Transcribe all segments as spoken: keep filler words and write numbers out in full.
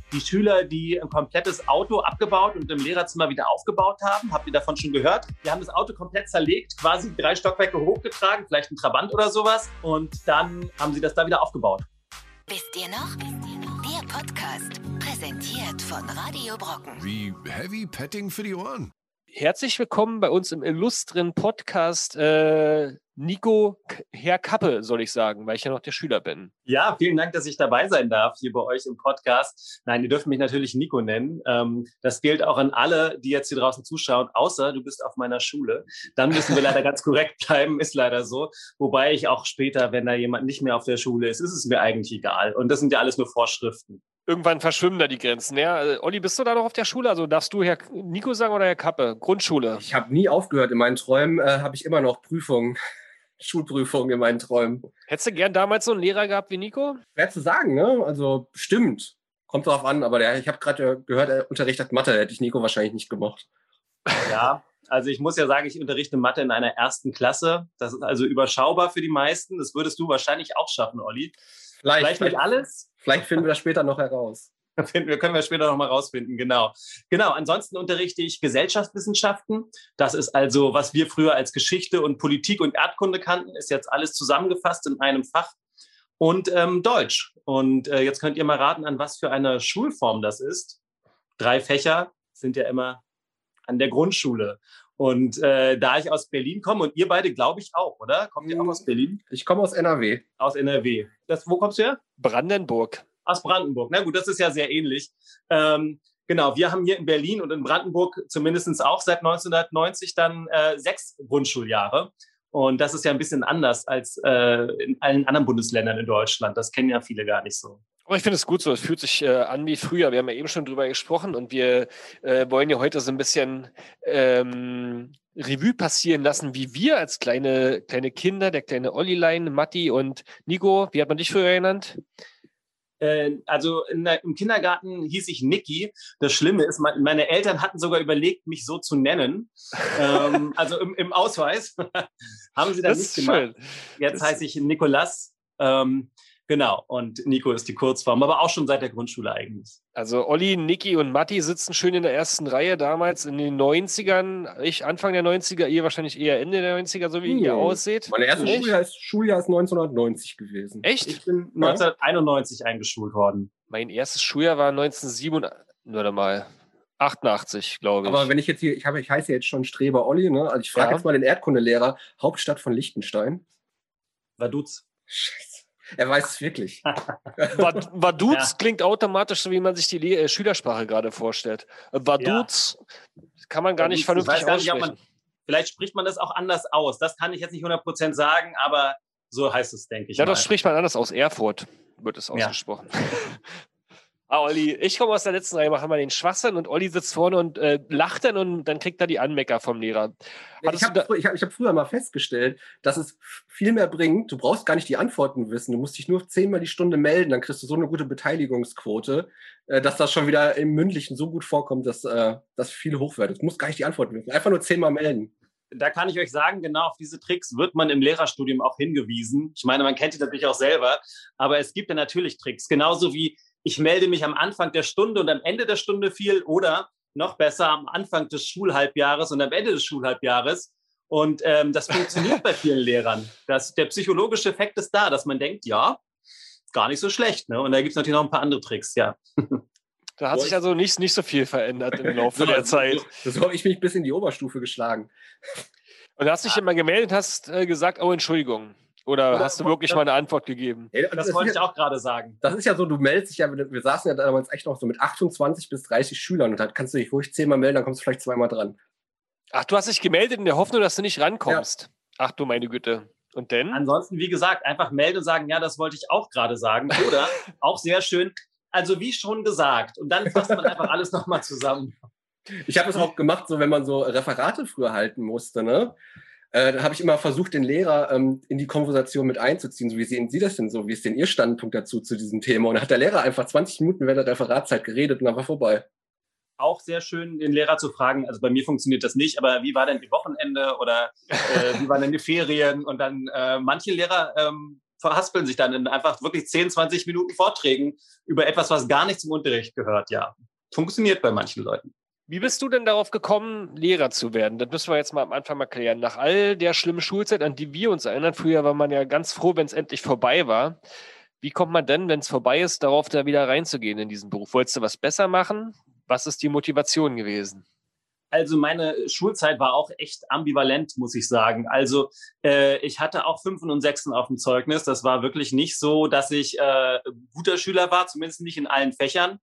die Schüler, die ein komplettes Auto abgebaut und im Lehrerzimmer wieder aufgebaut haben. Habt ihr davon schon gehört? Die haben das Auto komplett zerlegt, quasi drei Stockwerke hochgetragen, vielleicht ein Trabant oder sowas. Und dann haben sie das da wieder aufgebaut. Wisst ihr noch? Der Podcast, präsentiert von Radio Brocken. Wie Heavy Petting für die Ohren. Herzlich willkommen bei uns im illustren Podcast äh, Nico, Herr Kappe, soll ich sagen, weil ich ja noch der Schüler bin. Ja, vielen Dank, dass ich dabei sein darf hier bei euch im Podcast. Nein, ihr dürft mich natürlich Nico nennen. Ähm, das gilt auch an alle, die jetzt hier draußen zuschauen, außer du bist auf meiner Schule. Dann müssen wir leider ganz korrekt bleiben, ist leider so. Wobei ich auch später, wenn da jemand nicht mehr auf der Schule ist, ist es mir eigentlich egal. Und das sind ja alles nur Vorschriften. Irgendwann verschwimmen da die Grenzen. Ja, Olli, bist du da noch auf der Schule? Also darfst du Herr Nico sagen oder Herr Kappe? Grundschule. Ich habe nie aufgehört. In meinen Träumen äh, habe ich immer noch Prüfungen, Schulprüfungen in meinen Träumen. Hättest du gern damals so einen Lehrer gehabt wie Nico? Schwer zu sagen, ne? Also stimmt. Kommt drauf an, aber der, ich habe gerade gehört, er unterrichtet Mathe. Hätte ich Nico wahrscheinlich nicht gemocht. Ja, also ich muss ja sagen, ich unterrichte Mathe in einer ersten Klasse. Das ist also überschaubar für die meisten. Das würdest du wahrscheinlich auch schaffen, Olli. Vielleicht, vielleicht nicht alles. Vielleicht finden wir das später noch heraus. Wir können wir später noch mal rausfinden, genau. Genau, ansonsten unterrichte ich Gesellschaftswissenschaften. Das ist also, was wir früher als Geschichte und Politik und Erdkunde kannten, ist jetzt alles zusammengefasst in einem Fach. Und ähm, Deutsch. Und äh, jetzt könnt ihr mal raten, an was für eine Schulform das ist. Drei Fächer sind ja immer an der Grundschule. Und äh, da ich aus Berlin komme und ihr beide, glaube ich, auch, oder? Kommt ihr auch aus Berlin? Ich komme aus N R W. Aus N R W. Das, wo kommst du her? Brandenburg. Aus Brandenburg. Na gut, das ist ja sehr ähnlich. Ähm, genau, wir haben hier in Berlin und in Brandenburg zumindest auch seit neunzehnhundertneunzig dann äh, sechs Grundschuljahre. Und das ist ja ein bisschen anders als äh, in allen anderen Bundesländern in Deutschland. Das kennen ja viele gar nicht so. Aber ich finde es gut so, es fühlt sich äh, an wie früher. Wir haben ja eben schon drüber gesprochen und wir äh, wollen ja heute so ein bisschen ähm, Revue passieren lassen, wie wir als kleine, kleine Kinder, der kleine Ollilein, Matti und Nico, wie hat man dich früher genannt? Äh, also in der, im Kindergarten hieß ich Niki. Das Schlimme ist, meine Eltern hatten sogar überlegt, mich so zu nennen. ähm, also im, im Ausweis haben sie das, das nicht gemacht. Schön. Jetzt das heiße ich Nikolas. Ähm, Genau, und Nico ist die Kurzform, aber auch schon seit der Grundschule eigentlich. Also Olli, Niki und Matti sitzen schön in der ersten Reihe damals in den neunzigern. Ich Anfang der neunziger, ihr wahrscheinlich eher Ende der neunziger, so wie hm. ihr ausseht. Mein erstes Schuljahr ist, Schuljahr ist neunzehnhundertneunzig gewesen. Echt? Ich bin neunzehnhunderteinundneunzig ja. eingeschult worden. Mein erstes Schuljahr war neunzehnhundertsiebenundachtzig, warte mal, achtundachtzig, glaube ich. Aber wenn ich jetzt hier, ich, habe, ich heiße jetzt schon Streber Olli, ne? Also ich frage ja. jetzt mal den Erdkundelehrer, Hauptstadt von Liechtenstein. Vaduz. Scheiße. Er weiß es wirklich. Vaduz ja. klingt automatisch so, wie man sich die Le- äh, Schülersprache gerade vorstellt. Vaduz ja. kann man gar Vaduz, nicht vernünftig gar aussprechen. Nicht, man, vielleicht spricht man das auch anders aus. Das kann ich jetzt nicht hundert Prozent sagen, aber so heißt es, denke ich. Ja, mal. Das spricht man anders aus. Erfurt wird es ausgesprochen. Ja. Ah, Olli, ich komme aus der letzten Reihe, machen wir den Schwachsinn und Olli sitzt vorne und äh, lacht dann und dann kriegt er die Anmecker vom Lehrer. Hattest ich habe fr- hab, hab früher mal festgestellt, dass es viel mehr bringt. Du brauchst gar nicht die Antworten wissen. Du musst dich nur zehnmal die Stunde melden, dann kriegst du so eine gute Beteiligungsquote, äh, dass das schon wieder im Mündlichen so gut vorkommt, dass äh, das viel hochwertet. Du musst gar nicht die Antworten wissen. Einfach nur zehnmal melden. Da kann ich euch sagen, genau auf diese Tricks wird man im Lehrerstudium auch hingewiesen. Ich meine, man kennt die natürlich auch selber, aber es gibt ja natürlich Tricks. Genauso wie ich melde mich am Anfang der Stunde und am Ende der Stunde viel oder noch besser am Anfang des Schulhalbjahres und am Ende des Schulhalbjahres. Und ähm, das funktioniert bei vielen Lehrern. Das, der psychologische Effekt ist da, dass man denkt, ja, gar nicht so schlecht. Ne? Und da gibt es natürlich noch ein paar andere Tricks, ja. Da hat sich also nicht, nicht so viel verändert im Laufe der Zeit. So habe ich mich bis in die Oberstufe geschlagen. Und du hast dich ja. immer gemeldet und hast äh, gesagt, oh, Entschuldigung. Oder, Oder hast du wirklich das, mal eine Antwort gegeben? Ja, das, das wollte ich ja, auch gerade sagen. Das ist ja so, du meldest dich ja, wir saßen ja damals echt noch so mit achtundzwanzig bis dreißig Schülern und dann kannst du dich ruhig zehnmal melden, dann kommst du vielleicht zweimal dran. Ach, du hast dich gemeldet in der Hoffnung, dass du nicht rankommst. Ja. Ach du meine Güte. Und denn? Ansonsten, wie gesagt, einfach melden und sagen, ja, das wollte ich auch gerade sagen. Oder auch sehr schön, also wie schon gesagt. Und dann fasst man einfach alles nochmal zusammen. Ich habe es auch gemacht, so wenn man so Referate früher halten musste, ne? Äh, da habe ich immer versucht, den Lehrer ähm, in die Konversation mit einzuziehen. So wie sehen Sie das denn so? Wie ist denn Ihr Standpunkt dazu, zu diesem Thema? Und dann hat der Lehrer einfach zwanzig Minuten während der Referatzeit geredet und dann war vorbei. Auch sehr schön, den Lehrer zu fragen, also bei mir funktioniert das nicht, aber wie war denn die Wochenende oder äh, wie waren denn die Ferien? Und dann äh, manche Lehrer ähm, verhaspeln sich dann in einfach wirklich zehn, zwanzig Minuten Vorträgen über etwas, was gar nicht zum Unterricht gehört. Ja, funktioniert bei manchen Leuten. Wie bist du denn darauf gekommen, Lehrer zu werden? Das müssen wir jetzt mal am Anfang mal klären. Nach all der schlimmen Schulzeit, an die wir uns erinnern, früher war man ja ganz froh, wenn es endlich vorbei war. Wie kommt man denn, wenn es vorbei ist, darauf da wieder reinzugehen in diesen Beruf? Wolltest du was besser machen? Was ist die Motivation gewesen? Also meine Schulzeit war auch echt ambivalent, muss ich sagen. Also äh, ich hatte auch Fünfen und Sechsen auf dem Zeugnis. Das war wirklich nicht so, dass ich äh, guter Schüler war, zumindest nicht in allen Fächern.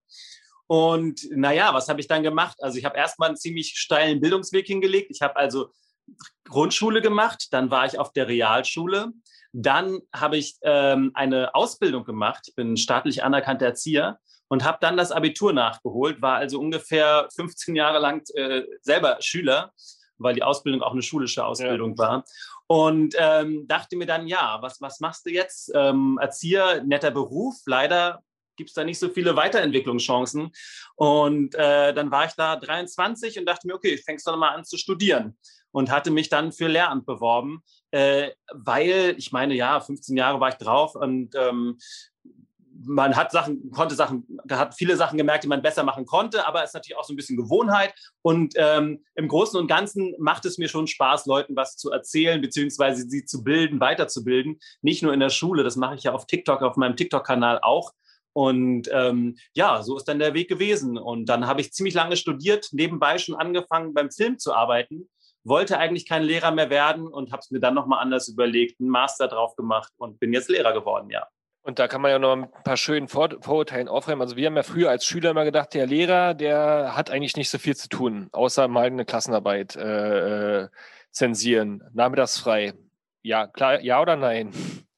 Und naja, was habe ich dann gemacht? Also ich habe erstmal einen ziemlich steilen Bildungsweg hingelegt. Ich habe also Grundschule gemacht, dann war ich auf der Realschule. Dann habe ich ähm, eine Ausbildung gemacht. Ich bin staatlich anerkannter Erzieher und habe dann das Abitur nachgeholt, war also ungefähr fünfzehn Jahre lang äh, selber Schüler, weil die Ausbildung auch eine schulische Ausbildung ja. war. Und ähm, dachte mir dann, ja, was, was machst du jetzt? Ähm, Erzieher, netter Beruf, leider gibt es da nicht so viele Weiterentwicklungschancen. Und äh, dann war ich da dreiundzwanzig und dachte mir, okay, fängst du doch mal an zu studieren. Und hatte mich dann für Lehramt beworben, äh, weil, ich meine, ja, fünfzehn Jahre war ich drauf und ähm, man hat Sachen, konnte Sachen, hat viele Sachen gemerkt, die man besser machen konnte, aber es ist natürlich auch so ein bisschen Gewohnheit. Und ähm, im Großen und Ganzen macht es mir schon Spaß, Leuten was zu erzählen, beziehungsweise sie zu bilden, weiterzubilden. Nicht nur in der Schule, das mache ich ja auf TikTok, auf meinem TikTok-Kanal auch. Und ähm, ja, so ist dann der Weg gewesen. Und dann habe ich ziemlich lange studiert, nebenbei schon angefangen, beim Film zu arbeiten, wollte eigentlich kein Lehrer mehr werden und habe es mir dann nochmal anders überlegt, einen Master drauf gemacht und bin jetzt Lehrer geworden, ja. Und da kann man ja noch ein paar schönen Vor- Vorurteilen aufräumen. Also wir haben ja früher als Schüler immer gedacht, der Lehrer, der hat eigentlich nicht so viel zu tun, außer mal eine Klassenarbeit äh, äh, zensieren, nachmittagsfrei. Ja, klar, ja oder nein?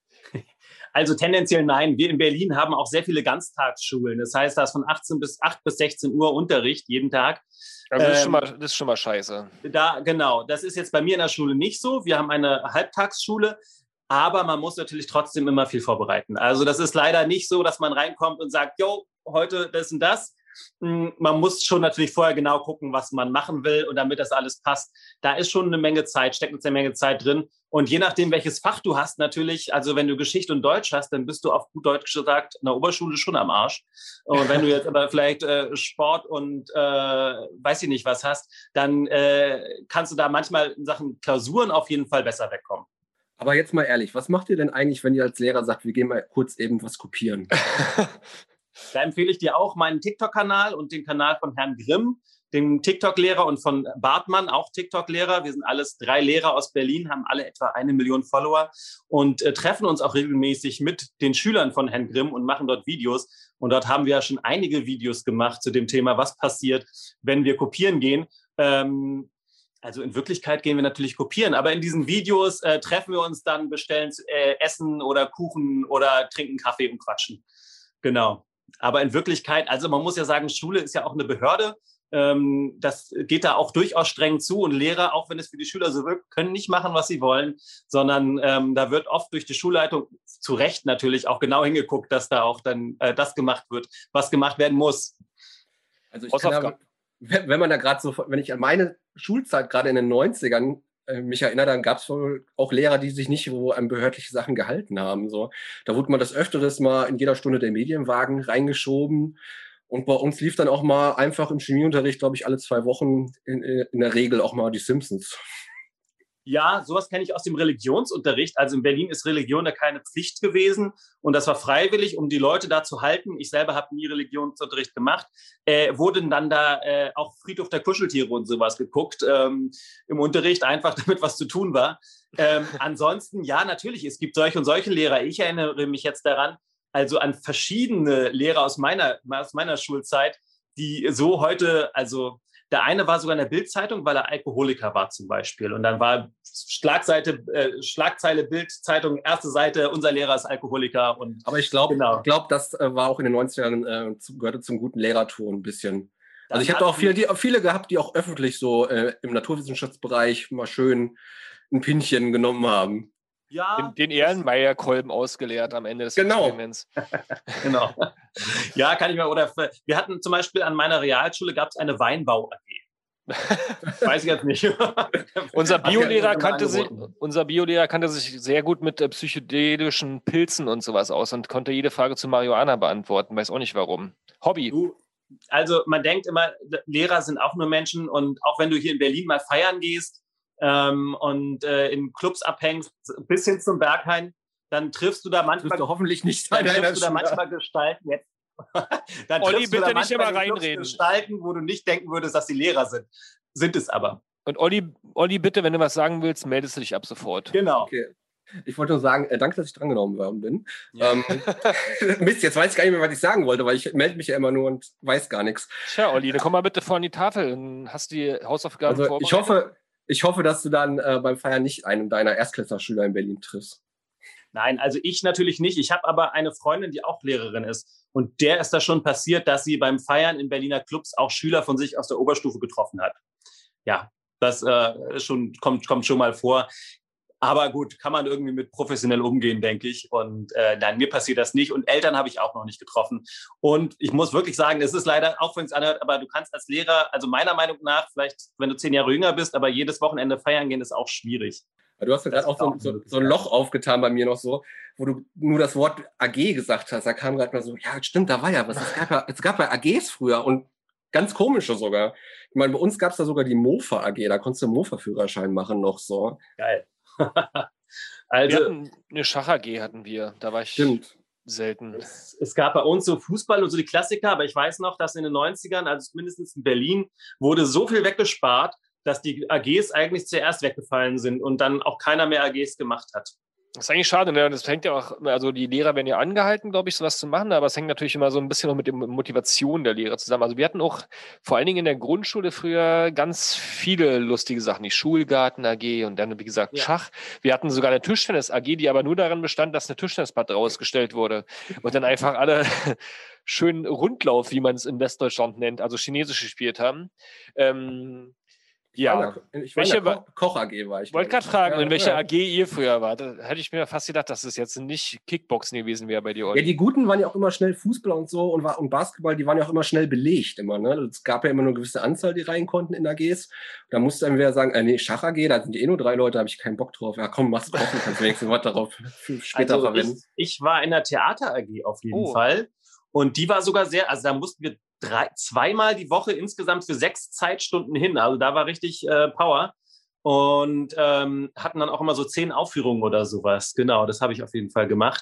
Also tendenziell nein. Wir in Berlin haben auch sehr viele Ganztagsschulen. Das heißt, da ist von achtzehn bis acht bis sechzehn Uhr Unterricht jeden Tag. Also das ist, ähm, schon mal, das ist schon mal scheiße. Da, genau, das ist jetzt bei mir in der Schule nicht so. Wir haben eine Halbtagsschule, aber man muss natürlich trotzdem immer viel vorbereiten. Also das ist leider nicht so, dass man reinkommt und sagt, jo, heute das und das. Man muss schon natürlich vorher genau gucken, was man machen will und damit das alles passt. Da ist schon eine Menge Zeit, steckt eine Menge Zeit drin. Und je nachdem, welches Fach du hast, natürlich, also wenn du Geschichte und Deutsch hast, dann bist du auf gut Deutsch gesagt in der Oberschule schon am Arsch. Und wenn du jetzt aber vielleicht äh, Sport und äh, weiß ich nicht was hast, dann äh, kannst du da manchmal in Sachen Klausuren auf jeden Fall besser wegkommen. Aber jetzt mal ehrlich, was macht ihr denn eigentlich, wenn ihr als Lehrer sagt, wir gehen mal kurz eben was kopieren? Da empfehle ich dir auch meinen TikTok-Kanal und den Kanal von Herrn Grimm, dem TikTok-Lehrer, und von Bartmann, auch TikTok-Lehrer. Wir sind alles drei Lehrer aus Berlin, haben alle etwa eine Million Follower und äh, treffen uns auch regelmäßig mit den Schülern von Herrn Grimm und machen dort Videos. Und dort haben wir ja schon einige Videos gemacht zu dem Thema, was passiert, wenn wir kopieren gehen. Ähm, Also in Wirklichkeit gehen wir natürlich kopieren, aber in diesen Videos äh, treffen wir uns dann, bestellen äh, Essen oder Kuchen oder trinken Kaffee und quatschen. Genau. Aber in Wirklichkeit, also man muss ja sagen, Schule ist ja auch eine Behörde. Ähm, das geht da auch durchaus streng zu. Und Lehrer, auch wenn es für die Schüler so wirkt, können nicht machen, was sie wollen, sondern ähm, da wird oft durch die Schulleitung zu Recht natürlich auch genau hingeguckt, dass da auch dann äh, das gemacht wird, was gemacht werden muss. Also ich kann aber, wenn man da gerade so, wenn ich an meine Schulzeit gerade in den neunzigern äh, mich erinnere, dann gab es wohl auch Lehrer, die sich nicht so an behördliche Sachen gehalten haben. So. Da wurde man das Öfteres mal in jeder Stunde der Medienwagen reingeschoben. Und bei uns lief dann auch mal einfach im Chemieunterricht, glaube ich, alle zwei Wochen in, in der Regel auch mal die Simpsons. Ja, sowas kenne ich aus dem Religionsunterricht. Also in Berlin ist Religion da keine Pflicht gewesen und das war freiwillig, um die Leute da zu halten. Ich selber habe nie Religionsunterricht gemacht. Äh, wurden dann da äh, auch Friedhof der Kuscheltiere und sowas geguckt ähm, im Unterricht, einfach damit was zu tun war. Ähm, ansonsten, ja, natürlich, es gibt solche und solche Lehrer. Ich erinnere mich jetzt daran, also an verschiedene Lehrer aus meiner, aus meiner Schulzeit, die so heute, also der eine war sogar in der Bild-Zeitung, weil er Alkoholiker war zum Beispiel. Und dann war Schlagseite, äh, Schlagzeile Bild-Zeitung, erste Seite, unser Lehrer ist Alkoholiker. Und aber ich glaube, genau. glaub, das äh, war auch in den neunzigern, äh, zu, gehörte zum guten Lehrerton ein bisschen. Also ich habe auch viele, die, viele gehabt, die auch öffentlich so äh, im Naturwissenschaftsbereich mal schön ein Pinchen genommen haben. Ja, Den, den Ehrenmeier-Kolben ausgeleert am Ende des genau. Experiments. Genau. Ja, kann ich mal. Oder wir hatten zum Beispiel an meiner Realschule gab es eine Weinbau-A G. Weiß ich jetzt nicht. Unser Biolehrer, Hat ja kannte sich, angeboten. unser Biolehrer kannte sich sehr gut mit äh, psychedelischen Pilzen und sowas aus und konnte jede Frage zu Marihuana beantworten. Weiß auch nicht warum. Hobby. Du, also man denkt immer, Lehrer sind auch nur Menschen und auch wenn du hier in Berlin mal feiern gehst ähm, und äh, in Clubs abhängst, bis hin zum Berghain, dann triffst du da manchmal, Wirst du hoffentlich nicht dann bei deiner triffst du da Schule. manchmal Gestalten jetzt. Dann Olli, triffst du bitte da nicht manchmal immer in Clubs reinreden. Gestalten, wo du nicht denken würdest, dass sie Lehrer sind. Sind es aber. Und Olli, Olli, bitte, wenn du was sagen willst, meldest du dich ab sofort. Genau. Okay. Ich wollte nur sagen, äh, danke, dass ich drangenommen worden bin. Ja. Ähm, Mist, jetzt weiß ich gar nicht mehr, was ich sagen wollte, weil ich melde mich ja immer nur und weiß gar nichts. Tja, Olli, dann komm mal bitte vor an die Tafel und hast die Hausaufgaben Also ich vorbereitet. hoffe, ich hoffe, dass du dann äh, beim Feiern nicht einen deiner Erstklässlerschüler in Berlin triffst. Nein, also ich natürlich nicht. Ich habe aber eine Freundin, die auch Lehrerin ist. Und der ist da schon passiert, dass sie beim Feiern in Berliner Clubs auch Schüler von sich aus der Oberstufe getroffen hat. Ja, das äh, schon, kommt, kommt schon mal vor. Aber gut, kann man irgendwie mit professionell umgehen, denke ich. Und äh, nein, mir passiert das nicht. Und Eltern habe ich auch noch nicht getroffen. Und ich muss wirklich sagen, es ist leider, auch wenn es anhört, aber du kannst als Lehrer, also meiner Meinung nach, vielleicht, wenn du zehn Jahre jünger bist, aber jedes Wochenende feiern gehen, ist auch schwierig. Du hast ja Das gerade auch ist so, auch so, so ein Loch aufgetan bei mir noch so, wo du nur das Wort A G gesagt hast. Da kam gerade mal so, ja, stimmt, da war ja was. Es gab ja, es gab ja A Gs früher und ganz komische sogar. Ich meine, bei uns gab es da sogar die Mofa A G, da konntest du einen Mofa-Führerschein machen noch so. Geil. Wir Also hatten eine Schach-A G hatten wir. Da war ich Stimmt. selten. es, es gab bei uns so Fußball und so die Klassiker, aber ich weiß noch, dass in den neunzigern, also mindestens in Berlin, wurde so viel weggespart, dass die A Gs eigentlich zuerst weggefallen sind und dann auch keiner mehr A Gs gemacht hat. Das ist eigentlich schade, ne? Das hängt ja auch, also die Lehrer werden ja angehalten, glaube ich, sowas zu machen, aber es hängt natürlich immer so ein bisschen noch mit der Motivation der Lehrer zusammen. Also wir hatten auch vor allen Dingen in der Grundschule früher ganz viele lustige Sachen, die Schulgarten-A G und dann, wie gesagt, Ja. Schach. Wir hatten sogar eine Tischtennis-A G, die aber nur darin bestand, dass eine Tischtennisplatte rausgestellt wurde und dann einfach alle schön Rundlauf, wie man es in Westdeutschland nennt, also Chinesisch gespielt haben. Ähm, Ich war ja. in der, ich war in Welche der Ko Koch-A G war ich. Ich wollte glaub gerade fragen, Ja, in welcher ja. A G ihr früher wart. Da hätte ich mir fast gedacht, dass es jetzt nicht Kickboxen gewesen wäre bei dir, Ja, Olli. die Guten waren ja auch immer schnell Fußball und so und, war, und Basketball, die waren ja auch immer schnell belegt immer. Ne? Es gab ja immer nur eine gewisse Anzahl, die rein konnten in A Gs. Da musste dann wieder sagen, äh, nee, Schach-A G, da sind eh nur drei Leute, da habe ich keinen Bock drauf. Ja komm, mach's kochen, kannst wenigstens was darauf für später Also verwenden. ich, ich war in der Theater-A G auf jeden Oh. Fall. Und die war sogar sehr, also da mussten wir drei, zweimal die Woche insgesamt für sechs Zeitstunden hin. Also da war richtig äh, Power. Und ähm, hatten dann auch immer so zehn Aufführungen oder sowas. Genau, das habe ich auf jeden Fall gemacht.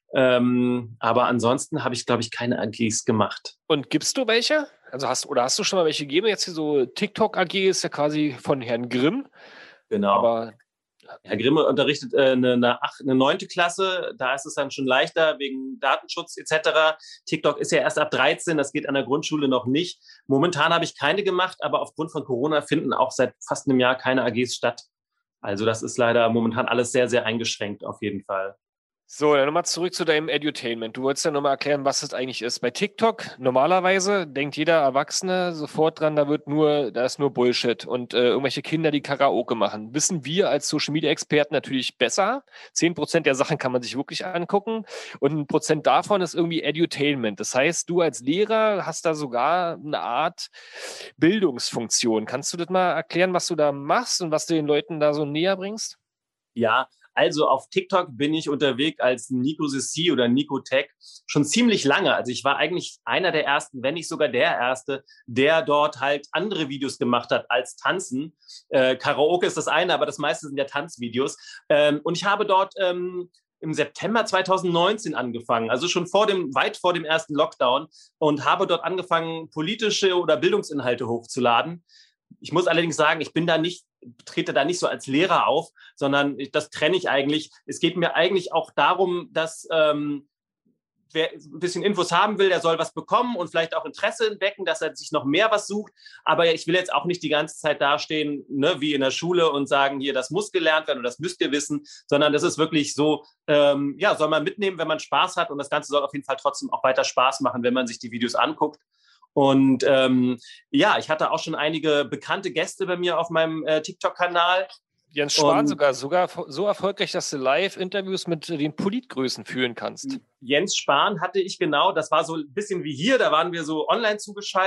Ähm, aber ansonsten habe ich, glaube ich, keine A Gs gemacht. Und gibst du welche? Also hast oder hast du schon mal welche gegeben? Jetzt hier so TikTok-A G ist ja quasi von Herrn Grimm. Genau. Aber Herr Grimme unterrichtet äh, eine, eine, ach, eine neunte Klasse, da ist es dann schon leichter wegen Datenschutz et cetera. TikTok ist ja erst ab dreizehn, das geht an der Grundschule noch nicht. Momentan habe ich keine gemacht, aber aufgrund von Corona finden auch seit fast einem Jahr keine A Gs statt. Also das ist leider momentan alles sehr, sehr eingeschränkt auf jeden Fall. so, dann nochmal zurück zu deinem Edutainment. Du wolltest ja nochmal erklären, was das eigentlich ist. Bei TikTok, normalerweise denkt jeder Erwachsene sofort dran, da wird nur, da ist nur Bullshit und äh, irgendwelche Kinder, die Karaoke machen. Wissen wir als Social-Media-Experten natürlich besser. Zehn Prozent der Sachen kann man sich wirklich angucken und ein Prozent davon ist irgendwie Edutainment. Das heißt, du als Lehrer hast da sogar eine Art Bildungsfunktion. Kannst du das mal erklären, was du da machst und was du den Leuten da so näher bringst? Ja, also auf TikTok bin ich unterwegs als Nico Sissi oder Nico Tech schon ziemlich lange. Also ich war eigentlich einer der ersten, wenn nicht sogar der erste, der dort halt andere Videos gemacht hat als Tanzen. Äh, Karaoke ist das eine, aber das meiste sind ja Tanzvideos. Ähm, und ich habe dort ähm, im September zwanzig neunzehn angefangen, also schon vor dem, weit vor dem ersten Lockdown und habe dort angefangen, politische oder Bildungsinhalte hochzuladen. Ich muss allerdings sagen, ich bin da nicht, trete da nicht so als Lehrer auf, sondern das trenne ich eigentlich. Es geht mir eigentlich auch darum, dass ähm, wer ein bisschen Infos haben will, der soll was bekommen und vielleicht auch Interesse entdecken, dass er sich noch mehr was sucht. Aber ich will jetzt auch nicht die ganze Zeit dastehen, ne, wie in der Schule und sagen, hier, das muss gelernt werden und das müsst ihr wissen, sondern das ist wirklich so, ähm, ja, soll man mitnehmen, wenn man Spaß hat und das Ganze soll auf jeden Fall trotzdem auch weiter Spaß machen, wenn man sich die Videos anguckt. Und ähm, ja, ich hatte auch schon einige bekannte Gäste bei mir auf meinem äh, TikTok-Kanal. Jens Spahn Und- sogar, sogar so erfolgreich, dass du Live-Interviews mit den Politgrößen führen kannst. Jens Spahn hatte ich genau, das war so ein bisschen wie hier, da waren wir so online zugeschaltet.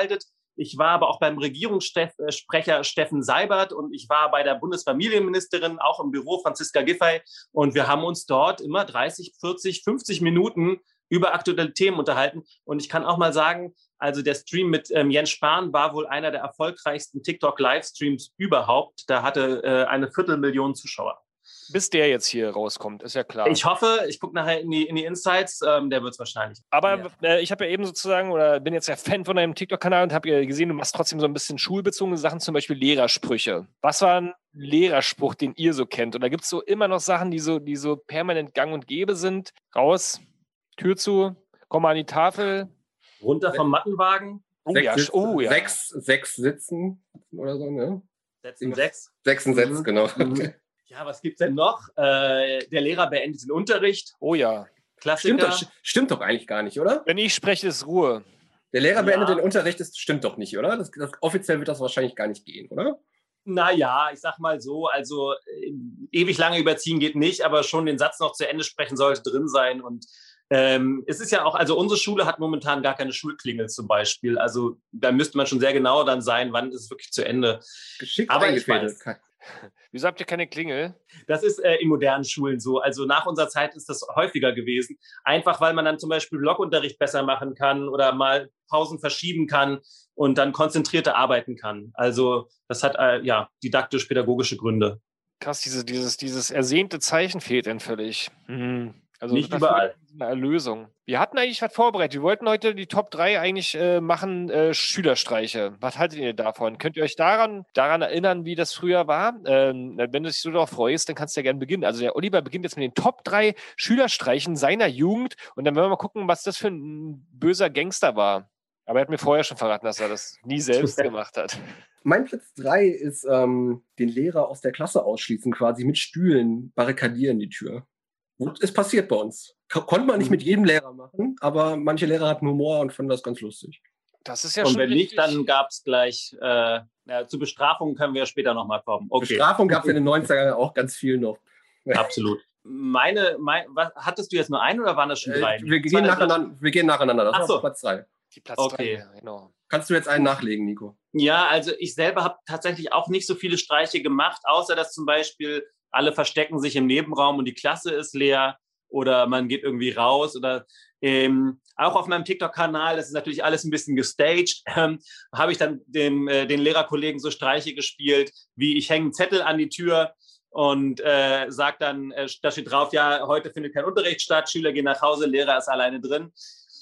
Ich war aber auch beim Regierungssprecher Steffen Seibert und ich war bei der Bundesfamilienministerin auch im Büro Franziska Giffey und wir haben uns dort immer dreißig, vierzig, fünfzig Minuten über aktuelle Themen unterhalten. Und ich kann auch mal sagen, also der Stream mit ähm, Jens Spahn war wohl einer der erfolgreichsten TikTok-Livestreams überhaupt. Da hatte äh, eine Viertelmillion Zuschauer. Bis der jetzt hier rauskommt, ist ja klar. Ich hoffe, ich gucke nachher in die, in die Insights, ähm, der wird es wahrscheinlich. Aber ja. äh, ich habe ja eben sozusagen, oder bin jetzt ja Fan von deinem TikTok-Kanal und habe gesehen, du machst trotzdem so ein bisschen schulbezogene Sachen, zum Beispiel Lehrersprüche. Was war ein Lehrerspruch, den ihr so kennt? Oder gibt es so immer noch Sachen, die so, die so permanent gang und gäbe sind? Raus, Tür zu, komm mal an die Tafel. Runter vom Mattenwagen. Oh sechs, ja, Sitz, oh ja. Sechs, sechs Sitzen oder so, ne? Setzen sechs. Sechsen Sätze, Mhm. genau. Mhm. Ja, was gibt's denn noch? Äh, der Lehrer beendet den Unterricht. Oh ja. Klassiker. Stimmt doch, stimmt doch eigentlich gar nicht, oder? Wenn ich spreche, ist Ruhe. Der Lehrer beendet Ja. den Unterricht, das stimmt doch nicht, oder? Das, das, offiziell wird das wahrscheinlich gar nicht gehen, oder? Naja, ich sag mal so, also äh, ewig lange überziehen geht nicht, aber schon den Satz noch zu Ende sprechen sollte drin sein. Und ähm, es ist ja auch, also unsere Schule hat momentan gar keine Schulklingel zum Beispiel. Also da müsste man schon sehr genau dann sein, wann ist es wirklich zu Ende. Geschickt Aber ich eingefädelt. weiß. Wieso habt ihr keine Klingel? Das ist äh, in modernen Schulen so. Also nach unserer Zeit ist das häufiger gewesen. Einfach, weil man dann zum Beispiel Blockunterricht besser machen kann oder mal Pausen verschieben kann und dann konzentrierter arbeiten kann. Also das hat äh, ja didaktisch-pädagogische Gründe. Krass, diese, dieses, dieses ersehnte Zeichen fehlt denn völlig. Hm. Also Nicht dafür überall. Eine Erlösung. Wir hatten eigentlich was vorbereitet. Wir wollten heute die Top drei eigentlich äh, machen, äh, Schülerstreiche. Was haltet ihr davon? Könnt ihr euch daran, daran erinnern, wie das früher war? Ähm, wenn du dich so darauf freust, dann kannst du ja gerne beginnen. Also der Oliver beginnt jetzt mit den Top drei Schülerstreichen seiner Jugend und dann werden wir mal gucken, was das für ein böser Gangster war. Aber er hat mir vorher schon verraten, dass er das nie selbst gemacht hat. Mein Platz drei ist ähm, den Lehrer aus der Klasse ausschließen, quasi mit Stühlen barrikadieren die Tür. Und es passiert bei uns. Ko- Konnte man nicht mit jedem Lehrer machen, aber manche Lehrer hatten Humor und fanden das ganz lustig. Das ist ja Und schon wenn nicht, richtig. dann gab es gleich, äh, ja, zu Bestrafungen können wir später nochmal kommen. Okay, Bestrafung gab es in den neunzigern auch ganz viel noch. absolut. Meine, mein, was, hattest du jetzt nur einen oder waren das schon drei? Äh, wir, Zwei, gehen drei? nacheinander, wir gehen nacheinander. Das Ach war so. Platz drei. Die Platz Okay. drei, genau. Kannst du jetzt einen nachlegen, Nico? Ja, also ich selber habe tatsächlich auch nicht so viele Streiche gemacht, außer dass zum Beispiel alle verstecken sich im Nebenraum und die Klasse ist leer oder man geht irgendwie raus oder ähm, auch auf meinem TikTok-Kanal, das ist natürlich alles ein bisschen gestaged, ähm, habe ich dann dem, äh, den Lehrerkollegen so Streiche gespielt, wie ich hänge einen Zettel an die Tür und äh, sage dann, äh, da steht drauf, ja, heute findet kein Unterricht statt, Schüler gehen nach Hause, Lehrer ist alleine drin.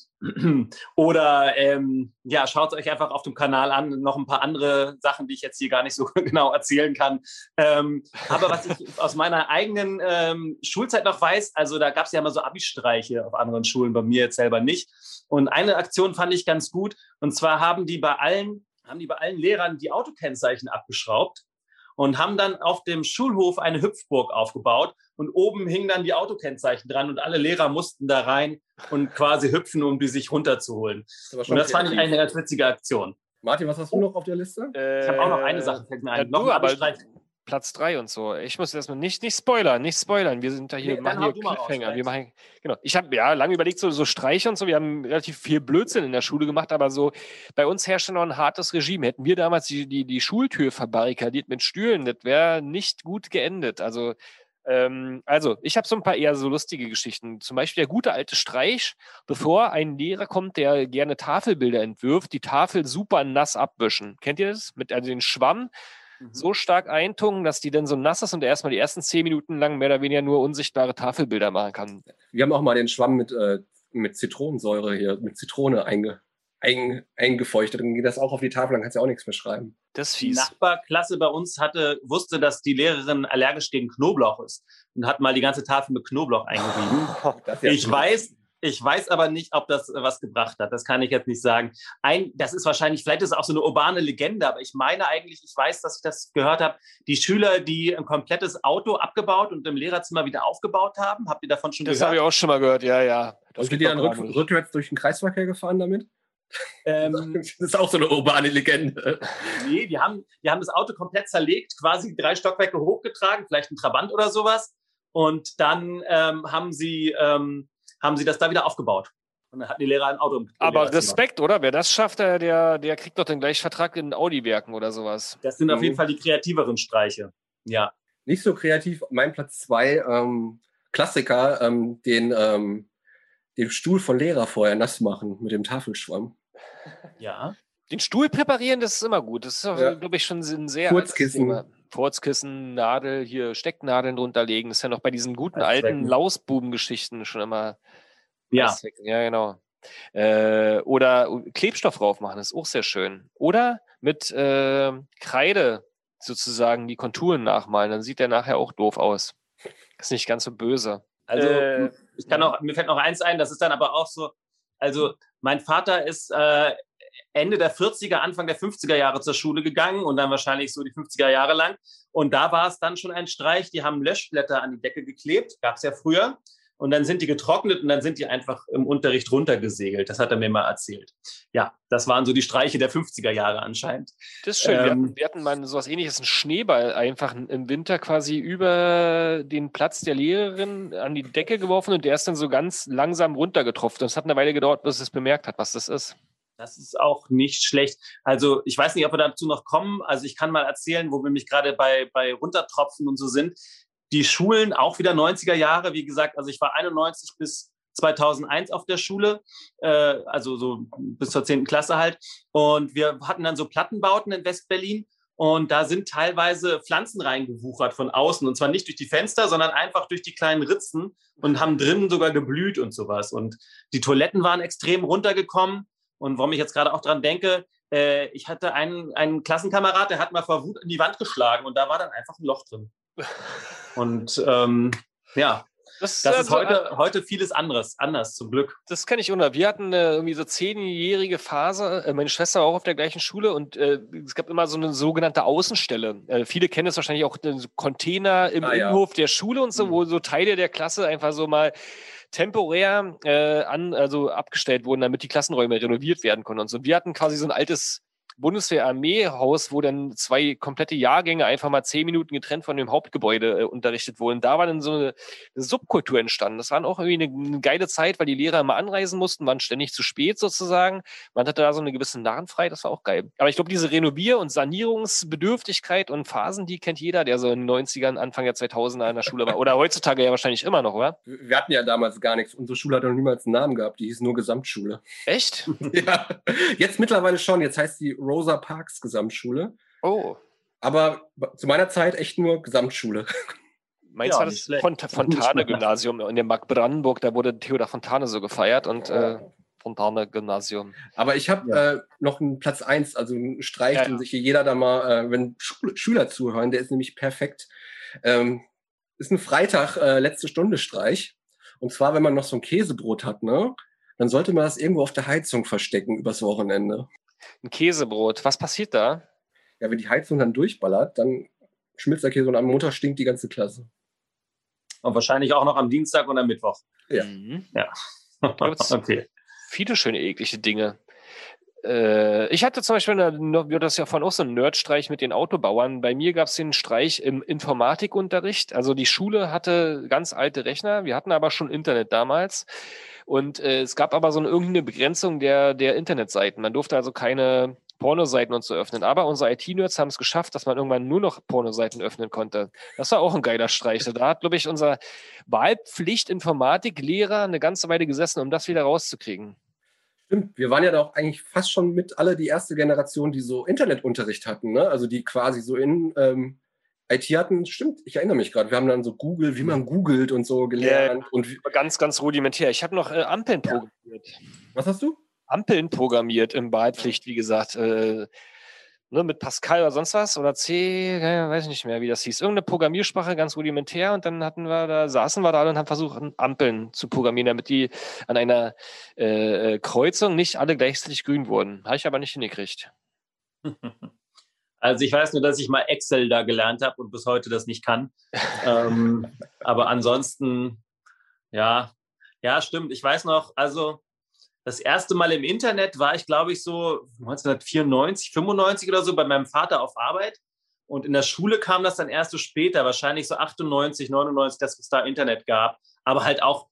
Oder ähm, ja, schaut es euch einfach auf dem Kanal an. Noch ein paar andere Sachen, die ich jetzt hier gar nicht so genau erzählen kann. Ähm, aber was ich aus meiner eigenen ähm, Schulzeit noch weiß, also da gab es ja immer so Abi-Streiche auf anderen Schulen, bei mir jetzt selber nicht. Und eine Aktion fand ich ganz gut. Und zwar haben die bei allen, haben die bei allen Lehrern die Autokennzeichen abgeschraubt und haben dann auf dem Schulhof eine Hüpfburg aufgebaut. Und oben hingen dann die Autokennzeichen dran und alle Lehrer mussten da rein und quasi hüpfen, um die sich runterzuholen. Das Und das fand ich eigentlich eine ganz witzige Aktion. Martin, was hast du noch auf der Liste? Äh, Ich habe auch noch eine Sache, fällt mir ein. Ja, noch du, ein aber Abi-Streich. Platz drei und so. Ich muss erstmal nicht, nicht spoilern, nicht spoilern. Wir sind da hier, Nee, machen dann hier hau du mal raus, Cliffhanger. Wir vielleicht. machen, genau. Ich habe ja lange überlegt, so, so Streiche und so. Wir haben relativ viel Blödsinn in der Schule gemacht, aber so bei uns herrschte noch ein hartes Regime. Hätten wir damals die, die, die Schultür verbarrikadiert mit Stühlen, das wäre nicht gut geendet. Also, ähm, also ich habe so ein paar eher so lustige Geschichten. Zum Beispiel der gute alte Streich, bevor ein Lehrer kommt, der gerne Tafelbilder entwirft, die Tafel super nass abwischen. Kennt ihr das? Mit also den Schwamm so stark eintunken, dass die dann so nass ist und er erstmal die ersten zehn Minuten lang mehr oder weniger nur unsichtbare Tafelbilder machen kann. Wir haben auch mal den Schwamm mit, äh, mit Zitronensäure hier, mit Zitrone einge, ein, eingefeuchtet. Dann geht das auch auf die Tafel, dann kannst du ja auch nichts mehr schreiben. Das ist Die fies. Nachbarklasse bei uns hatte, wusste, dass die Lehrerin allergisch gegen Knoblauch ist und hat mal die ganze Tafel mit Knoblauch eingerieben. Das ist ja Ich weiß, ich weiß aber nicht, ob das äh, was gebracht hat. Das kann ich jetzt nicht sagen. Ein, das ist wahrscheinlich, vielleicht ist es auch so eine urbane Legende, aber ich meine eigentlich, ich weiß, dass ich das gehört habe, die Schüler, die ein komplettes Auto abgebaut und im Lehrerzimmer wieder aufgebaut haben. Habt ihr davon schon Das habe gehört? ich auch schon mal gehört, ja, ja. Das Und sind geht die dann doch gar rück, nicht. rückwärts durch den Kreisverkehr gefahren damit? Ähm, Das ist auch so eine urbane Legende. nee, die haben, die haben das Auto komplett zerlegt, quasi drei Stockwerke hochgetragen, vielleicht ein Trabant oder sowas. Und dann ähm, haben sie, ähm, haben sie das da wieder aufgebaut. Und dann hatten die Lehrer ein Auto im Aber Lehrerzimmer. Respekt, oder? Wer das schafft, der, der, der kriegt doch den Gleichvertrag in Audi-Werken oder sowas. Das sind auf jeden Fall die kreativeren Streiche. Ja. Nicht so kreativ. Mein Platz zwei, ähm, Klassiker, ähm, den, ähm, den Stuhl von Lehrer vorher nass machen mit dem Tafelschwamm. Ja. Den Stuhl präparieren, das ist immer gut. Das ist, Ja. glaube ich, schon ein sehr Furzkissen. altes Thema. Furzkissen, Nadel, hier Stecknadeln drunter legen. Das ist ja noch bei diesen guten Als alten Zwecken. Lausbuben-Geschichten schon immer. Ja. als Zwecken. Ja, genau. Äh, oder Klebstoff drauf machen, das ist auch sehr schön. Oder mit äh, Kreide sozusagen die Konturen nachmalen, dann sieht der nachher auch doof aus. Ist nicht ganz so böse. Also Äh, ich kann noch, mir fällt noch eins ein, das ist dann aber auch so, also mein Vater ist äh, Ende der vierziger, Anfang der fünfziger Jahre zur Schule gegangen und dann wahrscheinlich so die fünfziger Jahre lang. Und da war es dann schon ein Streich, die haben Löschblätter an die Decke geklebt, gab es ja früher. Und dann sind die getrocknet und dann sind die einfach im Unterricht runtergesegelt. Das hat er mir mal erzählt. Ja, das waren so die Streiche der fünfziger Jahre anscheinend. Das ist schön. wir, Ähm, hatten, wir hatten mal sowas ähnliches, einen Schneeball einfach im Winter quasi über den Platz der Lehrerin an die Decke geworfen und der ist dann so ganz langsam runtergetropft. Und es hat eine Weile gedauert, bis es bemerkt hat, was das ist. Das ist auch nicht schlecht. Also ich weiß nicht, ob wir dazu noch kommen. Also ich kann mal erzählen, wo wir mich gerade bei, bei Runtertropfen und so sind. Die Schulen, auch wieder neunziger Jahre, wie gesagt, also ich war einundneunzig bis zweitausendeins auf der Schule, äh, also so bis zur zehnten Klasse halt. Und wir hatten dann so Plattenbauten in Westberlin und da sind teilweise Pflanzen reingewuchert von außen und zwar nicht durch die Fenster, sondern einfach durch die kleinen Ritzen und haben drinnen sogar geblüht und sowas. Und die Toiletten waren extrem runtergekommen und warum ich jetzt gerade auch dran denke, äh, ich hatte einen, einen Klassenkamerad, der hat mal vor Wut in die Wand geschlagen und da war dann einfach ein Loch drin. Und ähm, ja, Das, das ist also, heute, heute vieles anderes, anders zum Glück. Das kenne ich unter. Wir hatten äh, irgendwie so zehnjährige Phase. Äh, meine Schwester war auch auf der gleichen Schule und äh, es gab immer so eine sogenannte Außenstelle. Äh, viele kennen es wahrscheinlich auch, äh, so Container im Ah, ja. Innenhof der Schule und so, Mhm. wo so Teile der Klasse einfach so mal temporär äh, an, also abgestellt wurden, damit die Klassenräume renoviert werden konnten und so. Und wir hatten quasi so ein altes Bundeswehr-Armee-Haus, wo dann zwei komplette Jahrgänge einfach mal zehn Minuten getrennt von dem Hauptgebäude äh, unterrichtet wurden. Da war dann so eine, eine Subkultur entstanden. Das war auch irgendwie eine, eine geile Zeit, weil die Lehrer immer anreisen mussten, waren ständig zu spät sozusagen. Man hatte da so eine gewisse Narrenfreiheit, das war auch geil. Aber ich glaube, diese Renovier- und Sanierungsbedürftigkeit und Phasen, die kennt jeder, der so in den neunzigern, Anfang der zweitausender in der Schule war. Oder heutzutage ja wahrscheinlich immer noch, oder? Wir hatten ja damals gar nichts. Unsere Schule hat noch niemals einen Namen gehabt. Die hieß nur Gesamtschule. Echt? Ja. Jetzt mittlerweile schon. Jetzt heißt die Rosa Parks Gesamtschule. Oh. Aber zu meiner Zeit echt nur Gesamtschule. Meins Ja, war nicht das schlecht. Font Fontane-Gymnasium in der Mark Brandenburg, da wurde Theodor Fontane so gefeiert und äh, Fontane-Gymnasium. Aber ich habe Ja. äh, noch einen Platz eins, also einen Streich, Ja, den ja. sich hier jeder da mal, äh, wenn Schul Schüler zuhören, der ist nämlich perfekt. Ähm, ist ein Freitag, äh, letzte Stunde Streich. Und zwar, wenn man noch so ein Käsebrot hat, ne, dann sollte man das irgendwo auf der Heizung verstecken übers Wochenende. Ein Käsebrot, was passiert da? Ja, wenn die Heizung dann durchballert, dann schmilzt der Käse und am Montag stinkt die ganze Klasse. Und wahrscheinlich auch noch am Dienstag und am Mittwoch. Ja. Mhm. Ja. Okay. Viele schöne, eklige Dinge. Äh, ich hatte zum Beispiel, eine, wir das ja vorhin auch so einen Nerdstreich mit den Autobauern. Bei mir gab es den Streich im Informatikunterricht. Also die Schule hatte ganz alte Rechner. Wir hatten aber schon Internet damals. Und äh, es gab aber so eine, irgendeine Begrenzung der, der Internetseiten. Man durfte also keine Pornoseiten und so öffnen. Aber unsere I T-Nerds haben es geschafft, dass man irgendwann nur noch Pornoseiten öffnen konnte. Das war auch ein geiler Streich. Da hat, glaube ich, unser Wahlpflicht-Informatik-Lehrer eine ganze Weile gesessen, um das wieder rauszukriegen. Stimmt, wir waren ja doch eigentlich fast schon mit alle die erste Generation, die so Internetunterricht hatten, ne? Also die quasi so in ähm, I T hatten. Stimmt, ich erinnere mich gerade. Wir haben dann so Google, wie man googelt und so gelernt. Ja. Und wie, Ganz, ganz rudimentär. Ich habe noch äh, Ampeln Ja. programmiert. was hast du? Ampeln programmiert im Wahlpflicht, wie gesagt. Äh, ne, mit Pascal oder sonst was. Oder C, äh, weiß ich nicht mehr, wie das hieß. Irgendeine Programmiersprache, ganz rudimentär. Und dann hatten wir da, saßen wir da alle und haben versucht, Ampeln zu programmieren, damit die an einer äh, Kreuzung nicht alle gleichzeitig grün wurden. Habe ich aber nicht hingekriegt. Also ich weiß nur, dass ich mal Excel da gelernt habe und bis heute das nicht kann. ähm, aber ansonsten, ja, ja, stimmt. Ich weiß noch, also das erste Mal im Internet war ich, glaube ich, so neunzehnhundertvierundneunzig, fünfundneunzig oder so bei meinem Vater auf Arbeit. Und in der Schule kam das dann erst so später, wahrscheinlich so achtundneunzig, neunundneunzig, dass es da Internet gab. Aber halt auch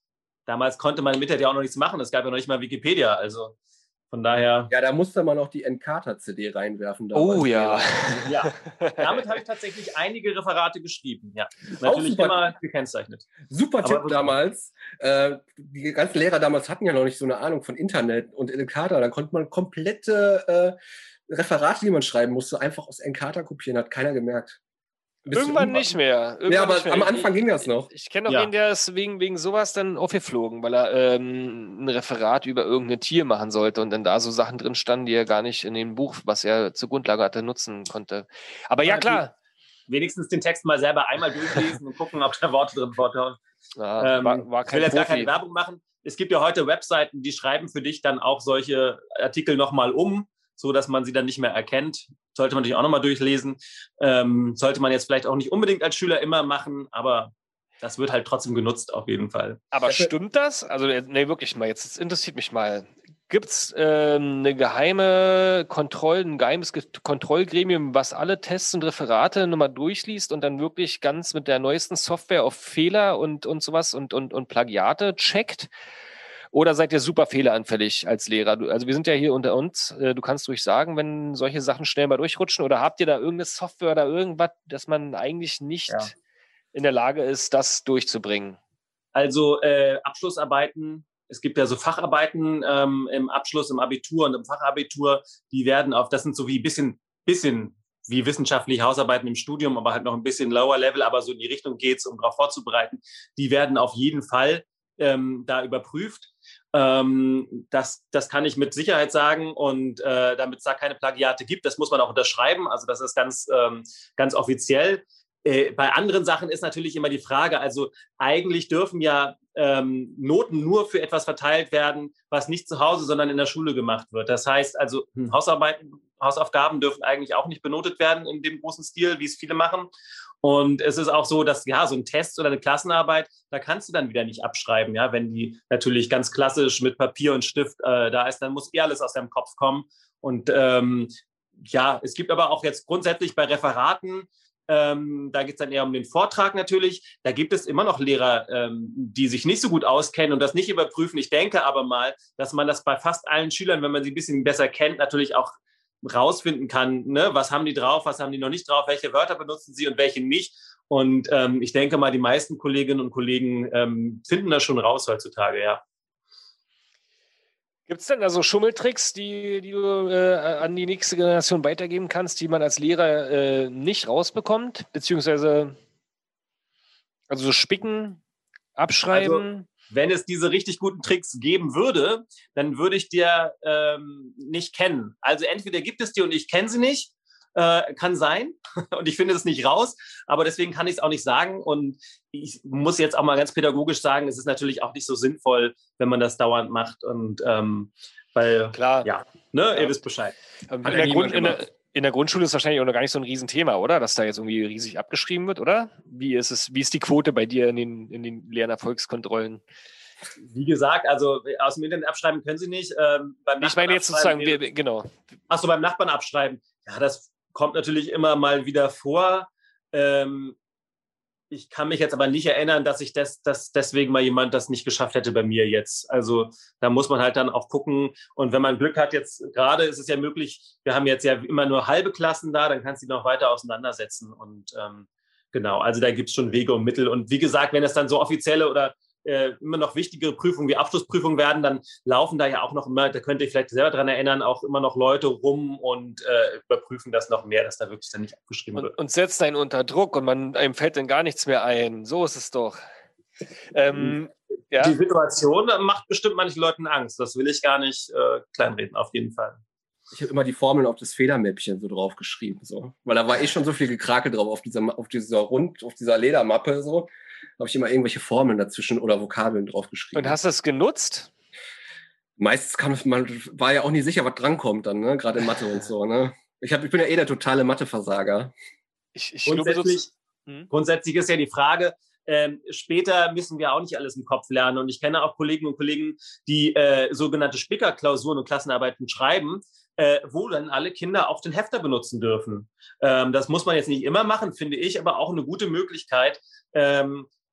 damals konnte man im Internet ja auch noch nichts machen. Es gab ja noch nicht mal Wikipedia. Also von daher. Ja, da musste man auch die Encarta-C D reinwerfen. Oh ja. Ja, damit habe ich tatsächlich einige Referate geschrieben. Ja, natürlich super, immer gekennzeichnet. Super Aber Tipp gut. damals. Äh, die ganzen Lehrer damals hatten ja noch nicht so eine Ahnung von Internet und Encarta. Da konnte man komplette äh, Referate, die man schreiben musste, einfach aus Encarta kopieren. Hat keiner gemerkt. Bisschen Irgendwann unwahr. nicht mehr. Irgendwann Ja, aber nicht mehr. am Anfang ich, ging das noch. Ich, ich kenne noch Ja. einen, der ist wegen, wegen sowas dann aufgeflogen, weil er ähm, ein Referat über irgendein Tier machen sollte und dann da so Sachen drin standen, die er gar nicht in dem Buch, was er zur Grundlage hatte, nutzen konnte. Aber ja, klar. Wenigstens den Text mal selber einmal durchlesen und gucken, ob da Worte drin vortauchen. Ja, Ähm, war, war ich will kein jetzt gar Profi. keine Werbung machen. Es gibt ja heute Webseiten, die schreiben für dich dann auch solche Artikel nochmal um, so dass man sie dann nicht mehr erkennt. Sollte man natürlich auch nochmal durchlesen. Ähm, sollte man jetzt vielleicht auch nicht unbedingt als Schüler immer machen, aber das wird halt trotzdem genutzt auf jeden Fall. Aber stimmt das? Also, nee, wirklich mal, jetzt das interessiert mich mal. Gibt es ähm, eine geheime Kontroll, ein geheimes Ge- Kontrollgremium, was alle Tests und Referate nochmal durchliest und dann wirklich ganz mit der neuesten Software auf Fehler und, und sowas und, und, und Plagiate checkt? Oder seid ihr super fehleranfällig als Lehrer? Du, also wir sind ja hier unter uns. Äh, du kannst ruhig sagen, wenn solche Sachen schnell mal durchrutschen. Oder habt ihr da irgendeine Software oder irgendwas, dass man eigentlich nicht Ja. in der Lage ist, das durchzubringen? Also äh, Abschlussarbeiten, es gibt ja so Facharbeiten ähm, im Abschluss, im Abitur und im Fachabitur, die werden auf, das sind so wie ein bisschen, bisschen wie wissenschaftliche Hausarbeiten im Studium, aber halt noch ein bisschen lower level, aber so in die Richtung geht's, um darauf vorzubereiten. Die werden auf jeden Fall ähm, da überprüft. Ähm, das, das kann ich mit Sicherheit sagen und äh, damit es da keine Plagiate gibt, das muss man auch unterschreiben, also das ist ganz, ähm, ganz offiziell. Äh, bei anderen Sachen ist natürlich immer die Frage, also eigentlich dürfen ja ähm, Noten nur für etwas verteilt werden, was nicht zu Hause, sondern in der Schule gemacht wird. Das heißt also, hm, Hausarbeiten, Hausaufgaben dürfen eigentlich auch nicht benotet werden in dem großen Stil, wie es viele machen. Und es ist auch so, dass ja, so ein Test oder eine Klassenarbeit, da kannst du dann wieder nicht abschreiben. Ja? Wenn die natürlich ganz klassisch mit Papier und Stift äh, da ist, dann muss eh alles aus deinem Kopf kommen. Und ähm, ja, es gibt aber auch jetzt grundsätzlich bei Referaten, ähm, da geht es dann eher um den Vortrag natürlich. Da gibt es immer noch Lehrer, ähm, die sich nicht so gut auskennen und das nicht überprüfen. Ich denke aber mal, dass man das bei fast allen Schülern, wenn man sie ein bisschen besser kennt, natürlich auch rausfinden kann, ne? Was haben die drauf, was haben die noch nicht drauf, welche Wörter benutzen sie und welche nicht. Und ähm, ich denke mal, die meisten Kolleginnen und Kollegen ähm, finden das schon raus heutzutage, ja. Gibt es denn da so Schummeltricks, die, die du äh, an die nächste Generation weitergeben kannst, die man als Lehrer äh, nicht rausbekommt? Beziehungsweise, also so spicken, abschreiben? Wenn es diese richtig guten Tricks geben würde, dann würde ich dir ähm, nicht kennen. Also entweder gibt es die und ich kenne sie nicht, äh, kann sein, und ich finde es nicht raus, aber deswegen kann ich es auch nicht sagen. Und ich muss jetzt auch mal ganz pädagogisch sagen, es ist natürlich auch nicht so sinnvoll, wenn man das dauernd macht. Und ähm, weil, Klar. ja, ne, Ja. ihr wisst Bescheid. Ähm, Hat in, ja der Grund, niemand in, der, gemacht. in der Grundschule ist wahrscheinlich auch noch gar nicht so ein Riesenthema, oder? Dass da jetzt irgendwie riesig abgeschrieben wird, oder? Wie ist es, wie ist die Quote bei dir in den, in den Lernerfolgskontrollen? Wie gesagt, also aus dem Internet abschreiben können sie nicht. Ähm, beim Ich meine Nachbarn jetzt sozusagen, abschreiben wir, genau. Ach so, beim Nachbarn abschreiben. Ja, das kommt natürlich immer mal wieder vor. Ähm, ich kann mich jetzt aber nicht erinnern, dass ich das, dass deswegen mal jemand das nicht geschafft hätte bei mir jetzt. Also da muss man halt dann auch gucken. Und wenn man Glück hat, jetzt gerade ist es ja möglich, wir haben jetzt ja immer nur halbe Klassen da, dann kannst du die noch weiter auseinandersetzen. Und ähm, genau, also da gibt es schon Wege und Mittel. Und wie gesagt, wenn es dann so offizielle oder äh, immer noch wichtigere Prüfungen wie Abschlussprüfungen werden, dann laufen da ja auch noch immer, da könnt ihr vielleicht selber dran erinnern, auch immer noch Leute rum und äh, überprüfen das noch mehr, dass da wirklich dann nicht abgeschrieben Und, wird. und setzt einen unter Druck und man, einem fällt dann gar nichts mehr ein. So ist es doch. Ähm, ja. Die Situation macht bestimmt manchen Leuten Angst. Das will ich gar nicht äh, kleinreden, auf jeden Fall. Ich habe immer die Formeln auf das Federmäppchen so drauf geschrieben, so. Weil da war eh schon so viel Gekrakel drauf auf dieser, auf dieser Rund, auf dieser Ledermappe, so. Da habe ich immer irgendwelche Formeln dazwischen oder Vokabeln drauf geschrieben. Und hast du es genutzt? Meistens kann man, war ja auch nie sicher, was drankommt dann, ne? Gerade in Mathe und so, ne? Ich, hab, ich bin ja eh der totale Mathe-Versager. Ich, ich glaube, Grundsätzlich, so, hm? grundsätzlich ist ja die Frage, ähm, später müssen wir auch nicht alles im Kopf lernen. Und ich kenne auch Kolleginnen und Kollegen, die äh, sogenannte Spicker-Klausuren und Klassenarbeiten schreiben, äh, wo dann alle Kinder auch den Hefter benutzen dürfen. Ähm, das muss man jetzt nicht immer machen, finde ich, aber auch eine gute Möglichkeit, ähm,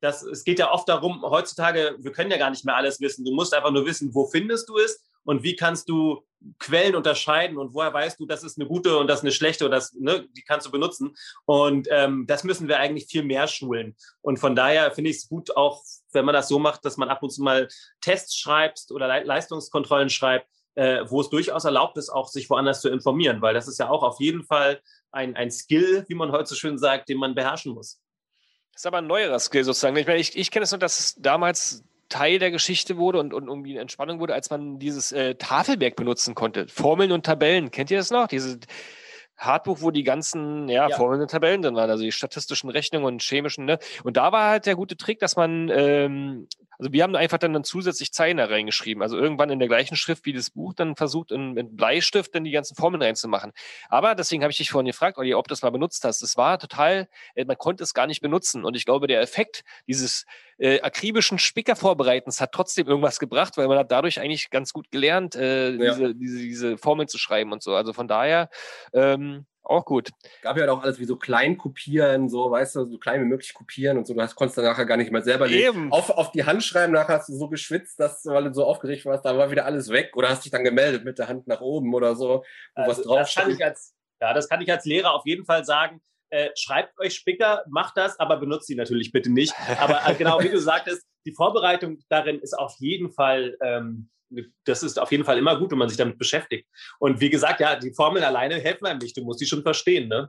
das, es geht ja oft darum, heutzutage, wir können ja gar nicht mehr alles wissen. Du musst einfach nur wissen, wo findest du es und wie kannst du Quellen unterscheiden und woher weißt du, das ist eine gute und das ist eine schlechte oder das, ne, die kannst du benutzen. Und ähm, das müssen wir eigentlich viel mehr schulen. Und von daher finde ich es gut, auch wenn man das so macht, dass man ab und zu mal Tests schreibt oder Le- Leistungskontrollen schreibt, äh, wo es durchaus erlaubt ist, auch sich woanders zu informieren, weil das ist ja auch auf jeden Fall ein, ein Skill, wie man heute so schön sagt, den man beherrschen muss. Das ist aber ein neuerer Skill sozusagen. Ich meine, ich, ich kenne es nur, dass es damals Teil der Geschichte wurde und, und irgendwie eine Entspannung wurde, als man dieses äh, Tafelwerk benutzen konnte. Formeln und Tabellen. Kennt ihr das noch? Diese Hardbuch, wo die ganzen ja, ja. Formeln und Tabellen drin waren, also die statistischen Rechnungen und chemischen. Ne? Und da war halt der gute Trick, dass man, ähm, also wir haben einfach dann, dann zusätzlich Zeilen da reingeschrieben. Also irgendwann in der gleichen Schrift wie das Buch dann versucht, in, in Bleistift dann die ganzen Formeln reinzumachen. Aber deswegen habe ich dich vorhin gefragt, Olli, ob du das mal benutzt hast. Es war total, äh, man konnte es gar nicht benutzen. Und ich glaube, der Effekt dieses äh, akribischen Spickervorbereitens hat trotzdem irgendwas gebracht, weil man hat dadurch eigentlich ganz gut gelernt, äh, Ja. diese, diese, diese Formeln zu schreiben und so. Also von daher ähm, auch gut. Gab ja auch alles wie so klein kopieren, so, weißt du, so klein wie möglich kopieren und so. Du hast, konntest dann nachher gar nicht mehr selber Eben. Auf, auf die Hand schreiben. Nachher hast du so geschwitzt, dass du, weil du so aufgeregt warst, da war wieder alles weg. Oder hast dich dann gemeldet mit der Hand nach oben oder so, wo Also, was drauf das kann steht. ich als, ja, das kann ich als Lehrer auf jeden Fall sagen. Äh, schreibt euch Spicker, macht das, aber benutzt sie natürlich bitte nicht. Aber äh, genau wie du sagtest, die Vorbereitung darin ist auf jeden Fall, ähm, das ist auf jeden Fall immer gut, wenn man sich damit beschäftigt. Und wie gesagt, ja, die Formeln alleine helfen einem nicht. Du musst die schon verstehen, ne?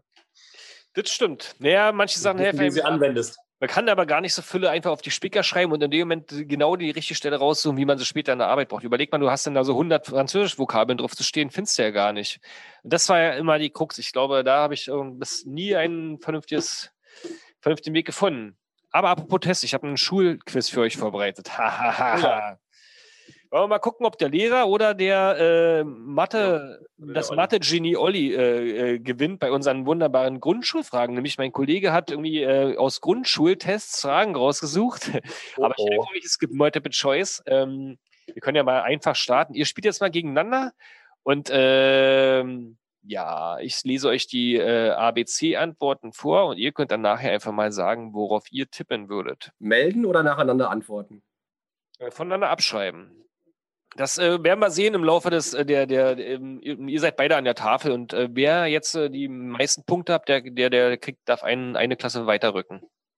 Das stimmt. Naja, manche Sachen helfen Wie du sie einem. anwendest. Man kann aber gar nicht so Fülle einfach auf die Spicker schreiben und in dem Moment genau die richtige Stelle raussuchen, wie man sie später in der Arbeit braucht. Überleg mal, du hast dann da so hundert Französisch-Vokabeln drauf zu stehen, findest du ja gar nicht. Und das war ja immer die Krux. Ich glaube, da habe ich ähm, bis nie einen vernünftiges, vernünftigen Weg gefunden. Aber apropos Test, ich habe einen Schulquiz für euch vorbereitet. Hahaha. Wollen wir mal gucken, ob der Lehrer oder der äh, Mathe, Ja, das Olli. Mathe-Genie Olli äh, äh, gewinnt bei unseren wunderbaren Grundschulfragen. Nämlich mein Kollege hat irgendwie äh, aus Grundschultests Fragen rausgesucht. Oh, Aber ich oh. denke, es gibt Multiple Choice. Ähm, wir können ja mal einfach starten. Ihr spielt jetzt mal gegeneinander und ähm, ja, ich lese euch die äh, A B C-Antworten vor und ihr könnt dann nachher einfach mal sagen, worauf ihr tippen würdet. Melden oder nacheinander antworten? Äh, voneinander abschreiben. Das äh, werden wir sehen im Laufe des, äh, der, der, ähm, ihr seid beide an der Tafel und äh, wer jetzt äh, die meisten Punkte hat, der, der, der kriegt, darf einen, eine Klasse weiterrücken.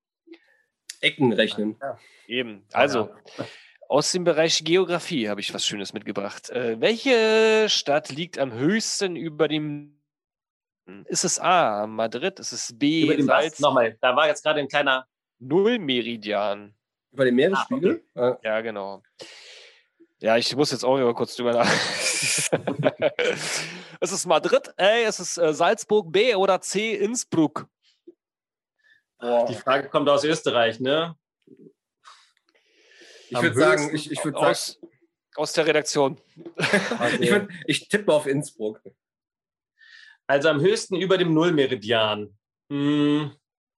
Ecken rechnen. Eben. Also, aus dem Bereich Geografie habe ich was Schönes mitgebracht. Äh, welche Stadt liegt am höchsten über dem, ist es A, Madrid, ist es B, Über den was? Salz, Nochmal, da war jetzt gerade ein kleiner. Nullmeridian. Über den Meeresspiegel? Ah, Ah, Ja, genau. Ja, ich muss jetzt auch mal kurz drüber nachdenken. Es ist Madrid, A, es ist äh, Salzburg, B oder C, Innsbruck. Die Frage kommt aus Österreich, ne? ich Am würde sagen, höchsten ich, ich würde sagen, Aus, aus der Redaktion. ich, würd, ich tippe auf Innsbruck. Also am höchsten über dem Nullmeridian. Hm.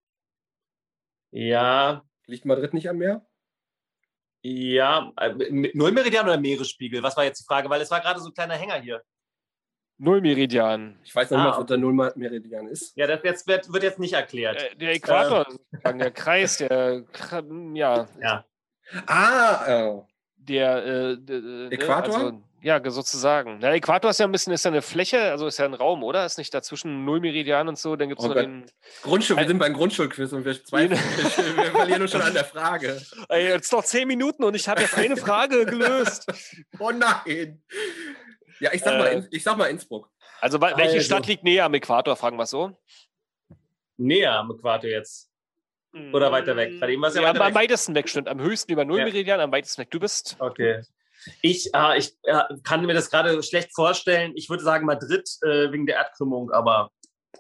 Ja, Liegt Madrid nicht am Meer? ja. äh, Nullmeridian oder Meeresspiegel? Was war jetzt die Frage? Weil es war gerade so ein kleiner Hänger hier. Nullmeridian. Ich weiß noch Ah, nicht mal, was der Nullmeridian ist. Ja, das jetzt wird, wird jetzt nicht erklärt. Äh, der Äquator, der Kreis, der, ja, Ja. Ah, äh, der, äh, d- d- Äquator? Also, ja, sozusagen. Der Äquator ist ja ein bisschen, ist ja eine Fläche, also ist ja ein Raum, oder? Ist nicht dazwischen Nullmeridian und so, dann gibt es Oh nur Gott. den. Grundschul, wir sind beim Grundschulquiz und wir, zweifeln, wir, wir verlieren uns schon an der Frage. Ey, jetzt noch zehn Minuten und ich habe jetzt eine Frage gelöst. Oh nein! Ja, ich sag, mal, Äh, In- ich sag mal Innsbruck. Also, wa- welche Also. Stadt liegt näher am Äquator, fragen wir so? Näher am Äquator jetzt. Oder weiter weg? Bei dem war es ja ja, weiter am weg. weitesten weg, stimmt. Am höchsten über Nullmeridian, am weitesten weg. Du bist. Okay. Ich, äh, ich äh, kann mir das gerade schlecht vorstellen. Ich würde sagen Madrid äh, wegen der Erdkrümmung, aber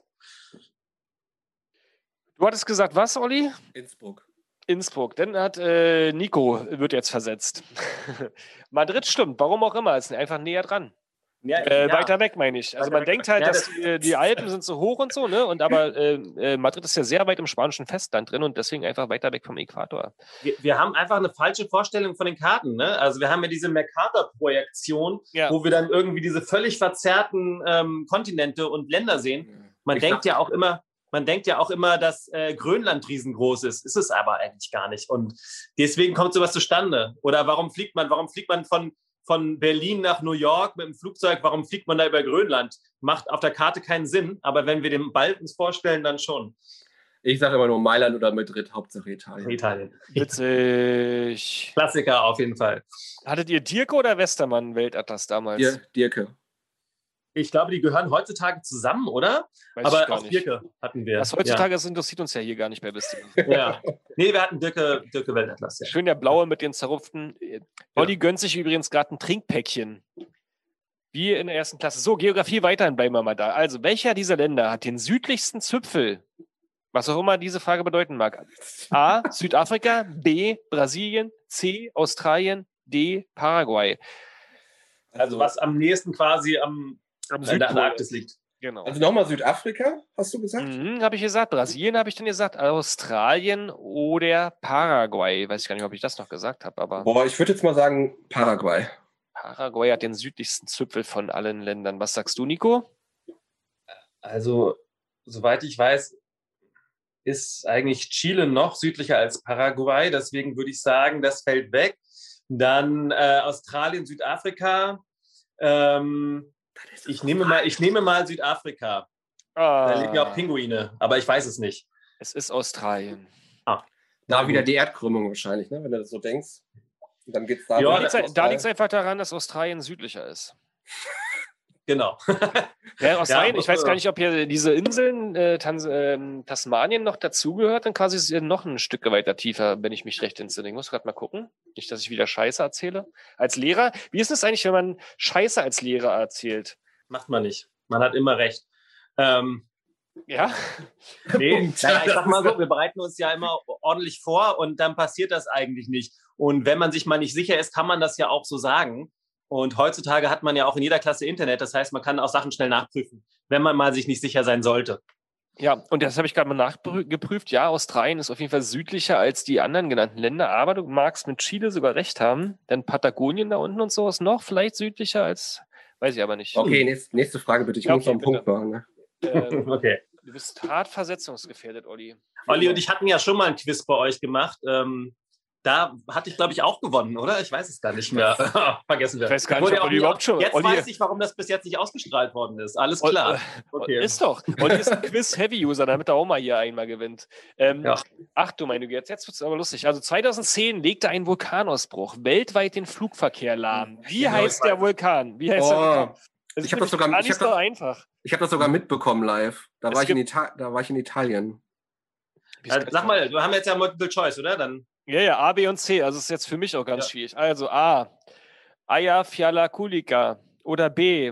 Du hattest gesagt, was, Olli? Innsbruck. Innsbruck. Dann hat äh, Nico, wird jetzt versetzt. Madrid stimmt, warum auch immer, ist einfach näher dran. ja, Äh, ja. Weiter weg, meine ich. Also Weiter man weg. denkt halt, Ja, dass das- die, die Alpen sind so hoch und so, ne? Und aber äh, äh, Madrid ist ja sehr weit im spanischen Festland drin und deswegen einfach weiter weg vom Äquator. Wir, wir haben einfach eine falsche Vorstellung von den Karten. Ne? Also wir haben ja diese Mercator-Projektion, Ja. wo wir dann irgendwie diese völlig verzerrten ähm, Kontinente und Länder sehen. Man Ich denkt sag- ja auch immer, man denkt ja auch immer, dass äh, Grönland riesengroß ist. Ist es aber eigentlich gar nicht. Und deswegen kommt sowas zustande. Oder warum fliegt man, warum fliegt man von, von Berlin nach New York mit dem Flugzeug? Warum fliegt man da über Grönland? Macht auf der Karte keinen Sinn. Aber wenn wir den Ball uns vorstellen, dann schon. Ich sage immer nur Mailand oder Madrid, Hauptsache Italien. Italien. Witzig. Klassiker auf jeden Fall. Hattet ihr Dirke oder Westermann Weltatlas damals? Dir, Dirke. Ich glaube, die gehören heutzutage zusammen, oder? Weiß ich Aber gar auch nicht. Dirke hatten wir. Was heutzutage ist, interessiert uns ja hier gar nicht bei Westermann. Ja. ja. Nee, wir hatten Dirke, Dirke Weltatlas. Ja. Schön der blaue mit den zerrupften. Olli gönnt sich übrigens gerade ein Trinkpäckchen. Wie in der ersten Klasse. So, Geografie weiterhin, bleiben wir mal da. Also, welcher dieser Länder hat den südlichsten Zipfel? Was auch immer diese Frage bedeuten mag. A. Südafrika, B. Brasilien, C. Australien, D. Paraguay. Also was am nächsten quasi am, Am an der Südpol. Antarktis liegt. Genau. Also nochmal Südafrika, hast du gesagt? Mhm, habe ich gesagt. Brasilien habe ich dann gesagt. Australien oder Paraguay. Weiß ich gar nicht, ob ich das noch gesagt habe, aber Boah, ich würde jetzt mal sagen Paraguay. Paraguay hat den südlichsten Zipfel von allen Ländern. Was sagst du, Nico? Also, soweit ich weiß, ist eigentlich Chile noch südlicher als Paraguay. Deswegen würde ich sagen, das fällt weg. Dann äh, Australien, Südafrika. Ähm, ich, nehme mal, ich nehme mal Südafrika. Ah, Da leben ja auch Pinguine, aber ich weiß es nicht. es ist Australien. Da wieder die Erdkrümmung wahrscheinlich, ne? Wenn du das so denkst. Und dann geht's da. Ja, Da das liegt da liegt's einfach daran, dass Australien südlicher ist. Genau. Ja, Australien, Ja, ich weiß äh, gar nicht, ob hier diese Inseln äh, Tans ähm, Tasmanien noch dazugehört, dann quasi ist es noch ein Stück weiter tiefer, wenn ich mich recht entsinne. Ich muss gerade mal gucken. Nicht, dass ich wieder Scheiße erzähle. Als Lehrer, wie ist es eigentlich, wenn man Scheiße als Lehrer erzählt? Macht man nicht. Man hat immer recht. Ähm, Ja? nee, Punkt. naja, ich sag mal so, wir bereiten uns ja immer ordentlich vor und dann passiert das eigentlich nicht. Und wenn man sich mal nicht sicher ist, kann man das ja auch so sagen. Und heutzutage hat man ja auch in jeder Klasse Internet. Das heißt, man kann auch Sachen schnell nachprüfen, wenn man mal sich nicht sicher sein sollte. Ja, und das habe ich gerade mal nachgeprüft. Ja, Australien ist auf jeden Fall südlicher als die anderen genannten Länder, aber du magst mit Chile sogar recht haben, denn Patagonien da unten und so ist noch vielleicht südlicher als, weiß ich aber nicht. Okay, nächste, nächste Frage bitte. Ich Ja, muss okay, noch einen Punkt bitte. machen. Ne? Ähm, Okay. du bist hart versetzungsgefährdet, Olli. Olli und ich hatten ja schon mal ein Quiz bei euch gemacht. Ähm, da hatte ich, glaube ich, auch gewonnen, oder? Ich weiß es gar nicht mehr. Vergessen wir. Ich weiß gar Wurde nicht, ob auch Olli nie überhaupt aus- schon- Jetzt Olli- weiß ich, warum das bis jetzt nicht ausgestrahlt worden ist. Alles Ol- klar. äh, Okay. Ist doch. Olli ist ein Quiz-Heavy-User, damit er auch mal hier einmal gewinnt. Ähm, Ja. Ach du meine Güte, jetzt, jetzt wird es aber lustig. Also zweitausendzehn legte ein Vulkanausbruch weltweit den Flugverkehr lahm. Wie Genau, heißt ich der weiß. Vulkan? Wie heißt der Oh, Vulkan? Das ich ist hab das nämlich sogar- gar ich nicht hab so das- einfach. Ich habe das sogar mitbekommen live. Da Es war, ich in gibt- Ita- da war ich in Italien. Äh, sag mal, wir haben jetzt ja Multiple Choice, oder? Dann Ja, ja, A, B und C. Also ist jetzt für mich auch ganz Ja. schwierig. Also A, Eyjafjallajökull oder B,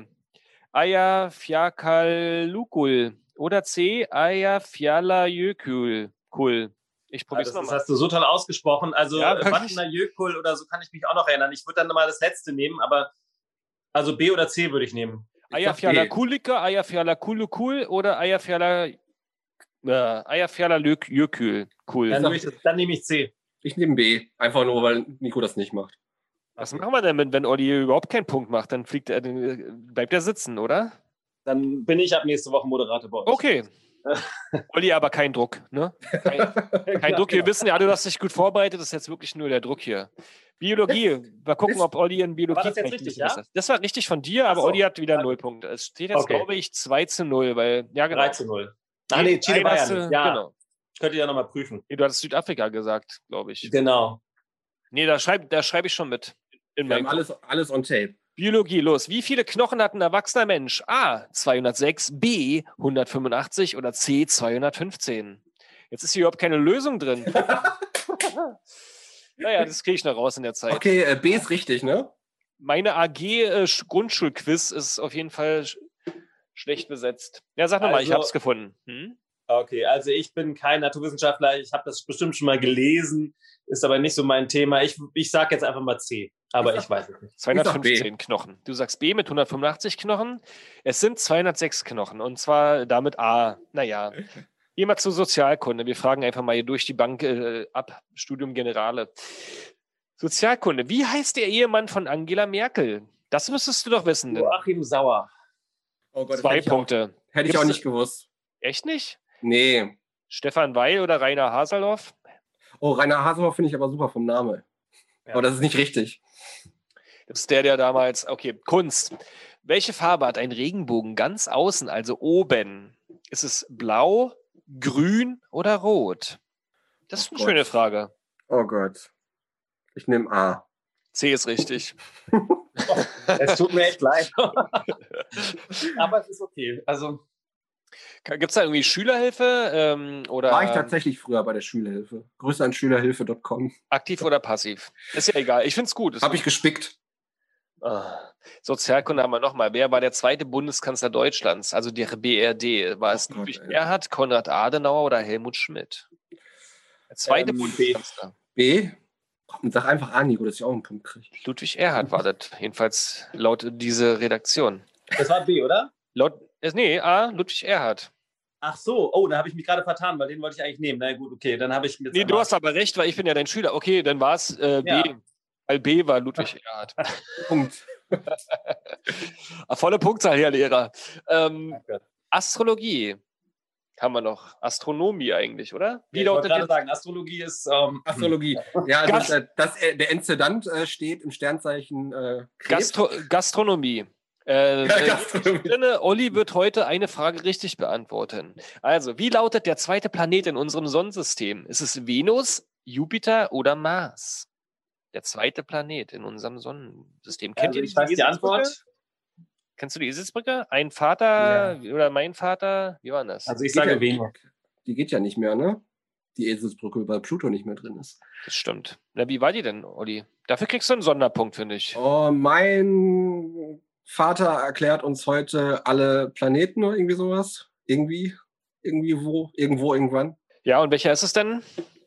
Eyjafjallajökull oder C, Eyjafjallajökull. Cool. Ich probiere es das, das nochmal. hast du so toll ausgesprochen. Also Ja, äh, wirklich. Vatna Jökull oder so kann ich mich auch noch erinnern. Ich würde dann mal das letzte nehmen, aber also B oder C würde ich nehmen. Eyjafjallajökull, Eyjafjallajökull oder Eyjafjalla äh, Eyjafjallajökull. Cool. Dann nehme ich, das- dann nehme ich C. Ich nehme B. Einfach nur, weil Nico das nicht macht. Was machen wir denn, wenn, wenn Olli überhaupt keinen Punkt macht? Dann fliegt er, dann äh, bleibt er sitzen, oder? Dann bin ich ab nächste Woche Moderator bei euch. Okay. Olli, aber kein Druck, ne? Kein, kein Ja, Druck. Wir genau. wissen ja, du hast dich gut vorbereitet. Das ist jetzt wirklich nur der Druck hier. Biologie. Mal gucken, ist- ob Olli in Biologie War das jetzt vielleicht ein richtig, bisschen ja? besser ist. Das war richtig von dir, aber Ach so. Olli hat wieder Danke. null Punkte. Es steht jetzt, Okay. glaube ich, zwei zu null, weil, ja, genau. drei zu null. Ah, nee, Chile Einen war ja hast du- nicht. Ja, Genau. könnt ihr ja nochmal prüfen. Nee, du hattest Südafrika gesagt, glaube ich. Genau. Nee, da schreibe da schreib ich schon mit. In Wir haben meinem alles, alles on tape. Biologie, los. Wie viele Knochen hat ein erwachsener Mensch? A, zweihundertsechs, B, hundertfünfundachtzig oder C, zweihundertfünfzehn? Jetzt ist hier überhaupt keine Lösung drin. Naja, das kriege ich noch raus in der Zeit. Okay, äh, B ist richtig, ne? Meine A G-Grundschulquiz ist auf jeden Fall sch schlecht besetzt. Ja, sag nochmal, ich Also- habe es gefunden. Hm? Okay, also ich bin kein Naturwissenschaftler. Ich habe das bestimmt schon mal gelesen, ist aber nicht so mein Thema. Ich, ich sage jetzt einfach mal C, aber ich weiß es nicht. zweihundertfünfzehn Knochen. Du sagst B mit hundertfünfundachtzig Knochen. Es sind zweihundertsechs Knochen und zwar damit A. Naja. Gehen wir zur Sozialkunde. Wir fragen einfach mal hier durch die Bank äh, ab. Studium Generale. Sozialkunde. Wie heißt der Ehemann von Angela Merkel? Das müsstest du doch wissen. Denn Joachim Sauer. Oh Gott, das zwei hätte ich Punkte. Auch, hätte ich Gibt's- auch nicht gewusst. Echt nicht? Nee. Stefan Weil oder Rainer Haseloff? Oh, Rainer Haseloff finde ich aber super vom Namen. Ja. Aber das ist nicht richtig. Das ist der, der damals, okay, Kunst. Welche Farbe hat ein Regenbogen ganz außen, also oben? Ist es blau, grün oder rot? Das ist Oh eine Gott. schöne Frage. Oh Gott. Ich nehme A. C ist richtig. Es tut mir echt leid. Aber es ist okay. Also, Gibt es da irgendwie Schülerhilfe ähm, oder War ich tatsächlich früher bei der Schülerhilfe. Grüße an schülerhilfe Punkt com. aktiv oder passiv? Ist ja egal. Ich finde es gut. Ist Habe gut. ich gespickt. Ah, Sozialkunde haben wir nochmal. Wer war der zweite Bundeskanzler Deutschlands? Also der B R D. War es Oh Gott, Ludwig ey. Erhard, Konrad Adenauer oder Helmut Schmidt? Der zweite Ähm, Bundeskanzler. B. Und sag einfach A, Nico, dass ich auch einen Punkt kriege. Ludwig Erhard war das. Jedenfalls laut dieser Redaktion. das war B, oder? Laut, äh, nee, A, Ludwig Erhard. Ach so, oh, da habe ich mich gerade vertan, weil den wollte ich eigentlich nehmen. Na gut, okay, dann habe ich jetzt Nee, du einmal- hast aber recht, weil ich bin ja dein Schüler. Okay, dann war es äh, B. Ja. Weil B war Ludwig Erhard. Punkt. Ah, volle Punktzahl, Herr Lehrer. Ähm, Danke. Astrologie haben wir noch. Astronomie eigentlich, oder? Wie ich wollte lautet gerade jetzt? sagen, Astrologie ist ähm, Astrologie. Ja, Gast- also, äh, das, äh, der Enzedant äh, steht im Sternzeichen äh, Krebs. Gastro Gastronomie. Äh, Ja, äh, Gastronomie. drinne, Olli wird heute eine Frage richtig beantworten. Also, wie lautet der zweite Planet in unserem Sonnensystem? Ist es Venus, Jupiter oder Mars? Der zweite Planet in unserem Sonnensystem. Kennt also ihr ich weiß die Eselsbrücke? Antwort. Kennst du die Eselsbrücke? Ein Vater oder mein Vater? Wie war denn das? Also ich Geht sage ja- Venus. Die geht ja nicht mehr, ne? Die Eselsbrücke, weil Pluto nicht mehr drin ist. Das stimmt. Na, wie war die denn, Olli? Dafür kriegst du einen Sonderpunkt, finde ich. Oh, mein Vater erklärt uns heute alle Planeten oder irgendwie sowas. Irgendwie, irgendwie wo, irgendwo, irgendwann. Ja, und welcher ist es denn?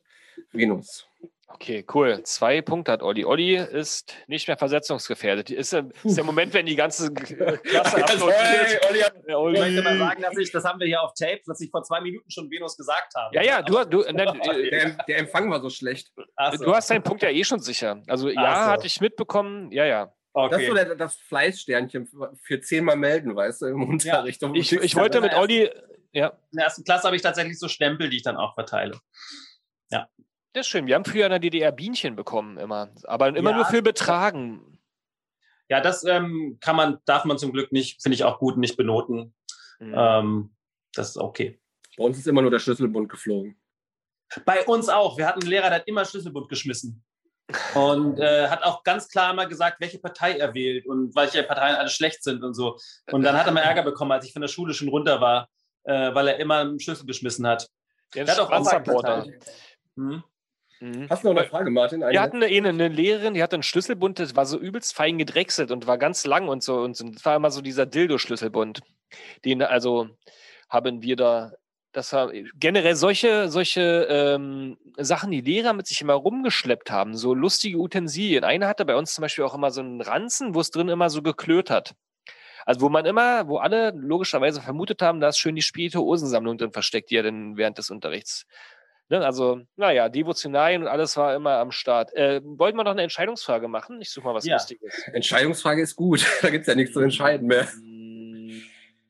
Venus. Okay, cool. Zwei Punkte hat Olli. Olli ist nicht mehr versetzungsgefährdet. Ist, der- ist der Moment, wenn die ganze äh, Klasse applaudiert. Olli hat Ja, Ich möchte mal Olli. sagen, dass ich, das haben wir hier auf Tape, dass ich vor zwei Minuten schon Venus gesagt habe. Ja, ja, du, du, ne, äh, der, der Empfang war so schlecht. Ach so. du hast deinen Punkt ja eh schon sicher. Also ja, so. hatte ich mitbekommen. Ja, ja. Das ist Okay. so der, das Fleißsternchen für zehnmal melden, weißt du, im Unterricht. Um- Ich, ich wollte mit Olli. Ja, In der ersten Klasse habe ich tatsächlich so Stempel, die ich dann auch verteile. das ist schön. Wir haben früher in der D D R Bienchen bekommen immer. Aber immer Ja. nur für Betragen. Ja, das ähm, kann man, darf man zum Glück nicht, finde ich auch gut, nicht benoten. Mhm. Ähm, das ist okay. Bei uns ist immer nur der Schlüsselbund geflogen. Bei uns auch. Wir hatten einen Lehrer, der hat immer Schlüsselbund geschmissen. Und äh, hat auch ganz klar immer gesagt, welche Partei er wählt und welche Parteien alle schlecht sind und so. Und dann hat er mal Ärger bekommen, als ich von der Schule schon runter war, äh, weil er immer einen Schlüssel geschmissen hat. Der Der hat auch Umfragen Supporter. verteilt. Hm? Mhm. Hast du noch eine Frage, Martin? Eine? Wir hatten eine, eine Lehrerin, die hatte einen Schlüsselbund, das war so übelst fein gedrechselt und war ganz lang und so. Und so. Das war immer so dieser Dildo-Schlüsselbund. Den also haben wir da, das war generell solche, solche ähm, Sachen, die Lehrer mit sich immer rumgeschleppt haben, so lustige Utensilien. Einer hatte bei uns zum Beispiel auch immer so einen Ranzen, wo es drin immer so geklirrt hat. Also wo man immer, wo alle logischerweise vermutet haben, da ist schön die Spirituosensammlung drin versteckt, die er dann während des Unterrichts. Ne, also, naja, Devotionalien und alles war immer am Start. Äh, wollten wir noch eine Entscheidungsfrage machen? Ich suche mal was Ja. Lustiges. Entscheidungsfrage ist gut. Da gibt es ja nichts zu entscheiden mehr. Mm,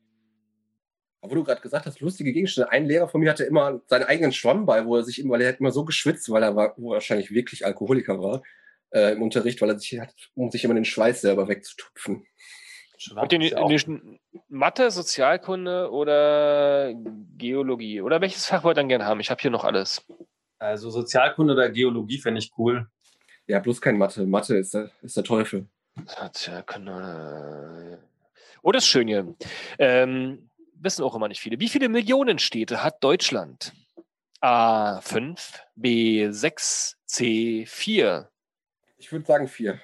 Aber wo du gerade gesagt hast, lustige Gegenstände. Ein Lehrer von mir hatte immer seinen eigenen Schwammball, wo er sich immer, weil er hat immer so geschwitzt, weil er war, wo er wahrscheinlich wirklich Alkoholiker war äh, im Unterricht, weil er sich hat, um sich immer den Schweiß selber wegzutupfen. Habt ihr Ist ja auch- eine Mathe, Sozialkunde oder Geologie? Oder welches Fach wollt ihr dann gerne haben? Ich habe hier noch alles. Also Sozialkunde oder Geologie fände ich cool. Ja, bloß kein Mathe. Mathe ist der, ist der Teufel. Sozialkunde. Oh, das ist schön hier. Ähm, wissen auch immer nicht viele. Wie viele Millionen Städte hat Deutschland? A fünf, B sechs, C vier. Ich würde sagen vier.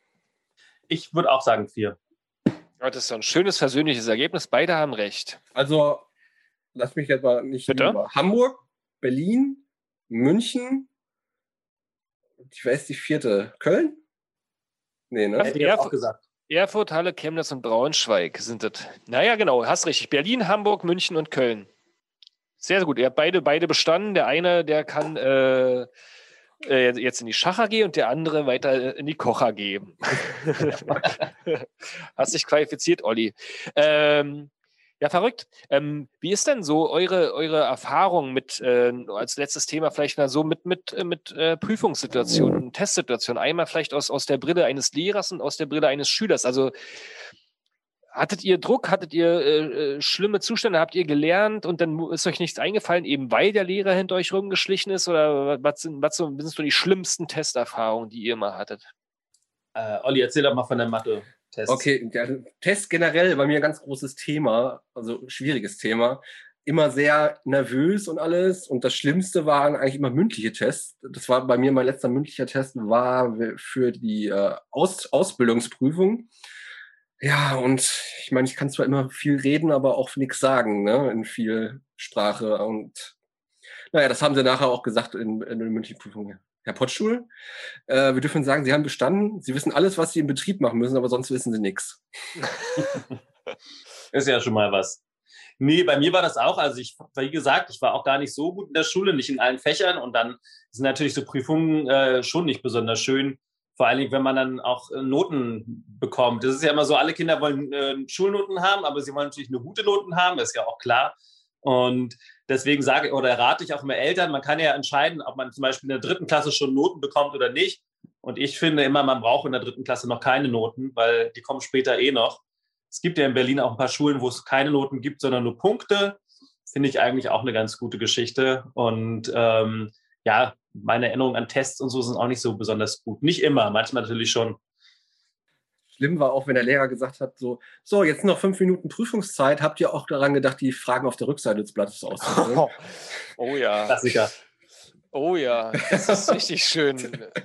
Ich würde auch sagen vier. Ja, das ist so ein schönes persönliches Ergebnis. Beide haben recht. Also, lass mich jetzt mal nicht Bitte? über Hamburg, Berlin, München. Ich weiß die vierte. Köln? Nee, ne? Hätte ich jetzt auch gesagt. Erfurt, Halle, Chemnitz und Braunschweig sind das. Naja, genau, hast richtig. Berlin, Hamburg, München und Köln. Sehr, sehr gut. Ihr habt beide, beide bestanden. Der eine, der kann äh, äh, jetzt in die Schach A G und der andere weiter in die Koch A G. Hast dich qualifiziert, Olli. Ähm, Ja, verrückt. Ähm, wie ist denn so eure, eure Erfahrung mit, äh, als letztes Thema vielleicht mal so mit, mit, äh, mit äh, Prüfungssituationen, Testsituationen? Einmal vielleicht aus, aus der Brille eines Lehrers und aus der Brille eines Schülers. Also hattet ihr Druck, hattet ihr äh, schlimme Zustände, habt ihr gelernt und dann ist euch nichts eingefallen, eben weil der Lehrer hinter euch rumgeschlichen ist? Oder was sind, was sind so die schlimmsten Testerfahrungen, die ihr mal hattet? Äh, Olli, erzähl doch mal von der Mathe-Test. Okay, der Test generell bei mir ein ganz großes Thema, also schwieriges Thema. Immer sehr nervös und alles. Und das Schlimmste waren eigentlich immer mündliche Tests. Das war bei mir mein letzter mündlicher Test, war für die äh, Aus Ausbildungsprüfung. Ja, und ich meine, ich kann zwar immer viel reden, aber auch nichts sagen, ne, in viel Sprache. Und naja, das haben sie nachher auch gesagt in, in der mündlichen Prüfung. Herr Pottstuhl, äh, wir dürfen sagen, Sie haben bestanden. Sie wissen alles, was Sie im Betrieb machen müssen, aber sonst wissen Sie nichts. Ist ja schon mal was. Nee, bei mir war das auch. Also ich, wie gesagt, ich war auch gar nicht so gut in der Schule, nicht in allen Fächern. Und dann sind natürlich so Prüfungen äh, schon nicht besonders schön. Vor allen Dingen, wenn man dann auch äh, Noten bekommt. Das ist ja immer so, alle Kinder wollen äh, Schulnoten haben, aber sie wollen natürlich nur gute Noten haben, das ist ja auch klar. Und deswegen sage oder rate ich auch immer Eltern, man kann ja entscheiden, ob man zum Beispiel in der dritten Klasse schon Noten bekommt oder nicht. Und ich finde immer, man braucht in der dritten Klasse noch keine Noten, weil die kommen später eh noch. Es gibt ja in Berlin auch ein paar Schulen, wo es keine Noten gibt, sondern nur Punkte. Finde ich eigentlich auch eine ganz gute Geschichte. Und ähm, ja, meine Erinnerungen an Tests und so sind auch nicht so besonders gut. Nicht immer, manchmal natürlich schon. Schlimm war auch, wenn der Lehrer gesagt hat, so, so, jetzt noch fünf Minuten Prüfungszeit. Habt ihr auch daran gedacht, die Fragen auf der Rückseite des Blattes auszufüllen? Oh, oh ja. Klassiker. Oh ja, das ist richtig schön.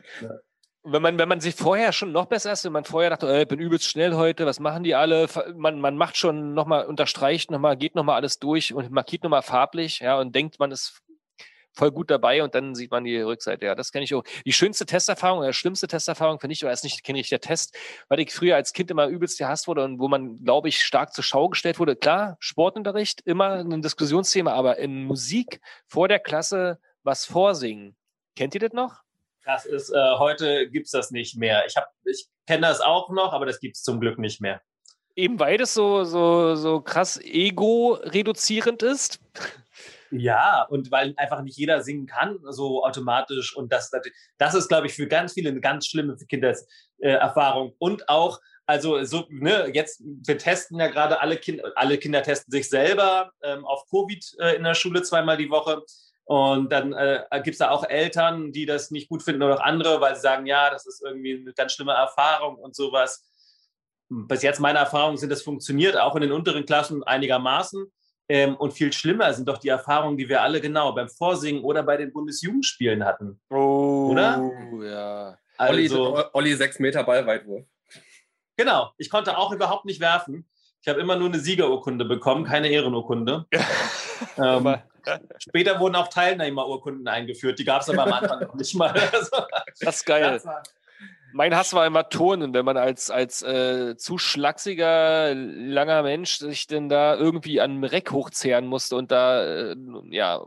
Wenn man, wenn man sich vorher schon noch besser ist, wenn man vorher dachte, äh, ich bin übelst schnell heute, was machen die alle? Man, man macht schon nochmal, unterstreicht nochmal, geht nochmal alles durch und markiert nochmal farblich, ja, und denkt, man ist voll gut dabei und dann sieht man die Rückseite. Ja, das kenne ich auch. Die schönste Testerfahrung oder schlimmste Testerfahrung finde ich, weil es nicht kenne ich der Test, weil ich früher als Kind immer übelst gehasst wurde und wo man, glaube ich, stark zur Schau gestellt wurde. Klar, Sportunterricht, immer ein Diskussionsthema, aber in Musik vor der Klasse was vorsingen. Kennt ihr das noch? Das ist, äh, heute gibt es das nicht mehr. Ich, hab- ich kenne das auch noch, aber das gibt es zum Glück nicht mehr. Eben weil das so, so, so krass ego-reduzierend ist. Ja, und weil einfach nicht jeder singen kann, so automatisch. Und das, das ist, glaube ich, für ganz viele eine ganz schlimme Kindererfahrung. Und auch, also so, ne, jetzt, wir testen ja gerade alle Kinder, alle Kinder testen sich selber ähm, auf Covid äh, in der Schule zweimal die Woche. Und dann äh, gibt es da auch Eltern, die das nicht gut finden oder auch andere, weil sie sagen, ja, das ist irgendwie eine ganz schlimme Erfahrung und sowas. Bis jetzt meine Erfahrungen sind, das funktioniert auch in den unteren Klassen einigermaßen. Ähm, und viel schlimmer sind doch die Erfahrungen, die wir alle genau beim Vorsingen oder bei den Bundesjugendspielen hatten. Oh, Oder? Ja. Olli, Also, Olli sechs Meter Ballweitwurf. genau, ich konnte auch überhaupt nicht werfen. Ich habe immer nur eine Siegerurkunde bekommen, keine Ehrenurkunde. ähm, später wurden auch Teilnehmerurkunden eingeführt, die gab es aber am Anfang noch nicht mal. Also, Das ist geil. das war, Mein Hass war immer Turnen, wenn man als, als äh, zu schlachsiger, langer Mensch sich denn da irgendwie an einem Reck hochzehren musste und da, äh, ja,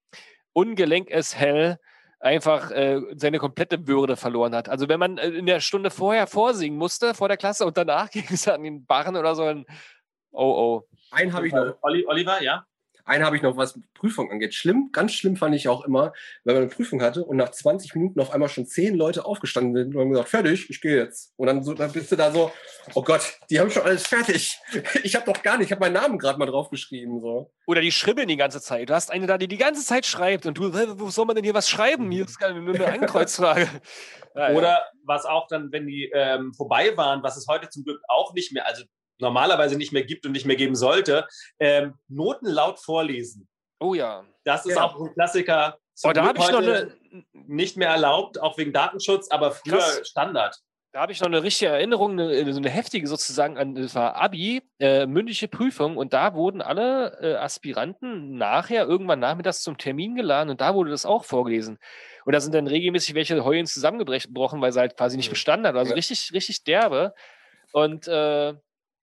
ungelenk as hell einfach äh, seine komplette Würde verloren hat. Also wenn man äh, in der Stunde vorher vorsingen musste, vor der Klasse und danach ging es an den Barren oder so, ein oh oh. Einen habe ich noch. Olli, Oliver, ja? Einen habe ich noch, was Prüfung angeht. Schlimm, ganz schlimm fand ich auch immer, wenn man eine Prüfung hatte und nach zwanzig Minuten auf einmal schon zehn Leute aufgestanden sind und haben gesagt, fertig, ich gehe jetzt. Und dann, so, dann bist du da so, oh Gott, die haben schon alles fertig. Ich habe doch gar nicht, ich habe meinen Namen gerade mal draufgeschrieben. So. Oder die schribbeln die ganze Zeit. Du hast eine da, die die ganze Zeit schreibt und du, wo soll man denn hier was schreiben? Hier ist gar nur eine Ankreuzfrage. Ja, Oder ja. was auch dann, wenn die ähm, vorbei waren, was es heute zum Glück auch nicht mehr, also normalerweise nicht mehr gibt und nicht mehr geben sollte, ähm, Noten laut vorlesen. Oh ja. Das ist Ja. auch ein Klassiker. Zum Oh, da Glück habe ich noch heute eine, nicht mehr erlaubt, auch wegen Datenschutz, aber früher Krass. Standard. da habe ich noch eine richtige Erinnerung, eine, so eine heftige sozusagen an, das war Abi, äh, mündliche Prüfung und da wurden alle äh, Aspiranten nachher irgendwann nachmittags zum Termin geladen und da wurde das auch vorgelesen. Und da sind dann regelmäßig welche heulend zusammengebrochen, weil sie halt quasi nicht bestanden hat. Also Ja. richtig, richtig derbe. Und äh,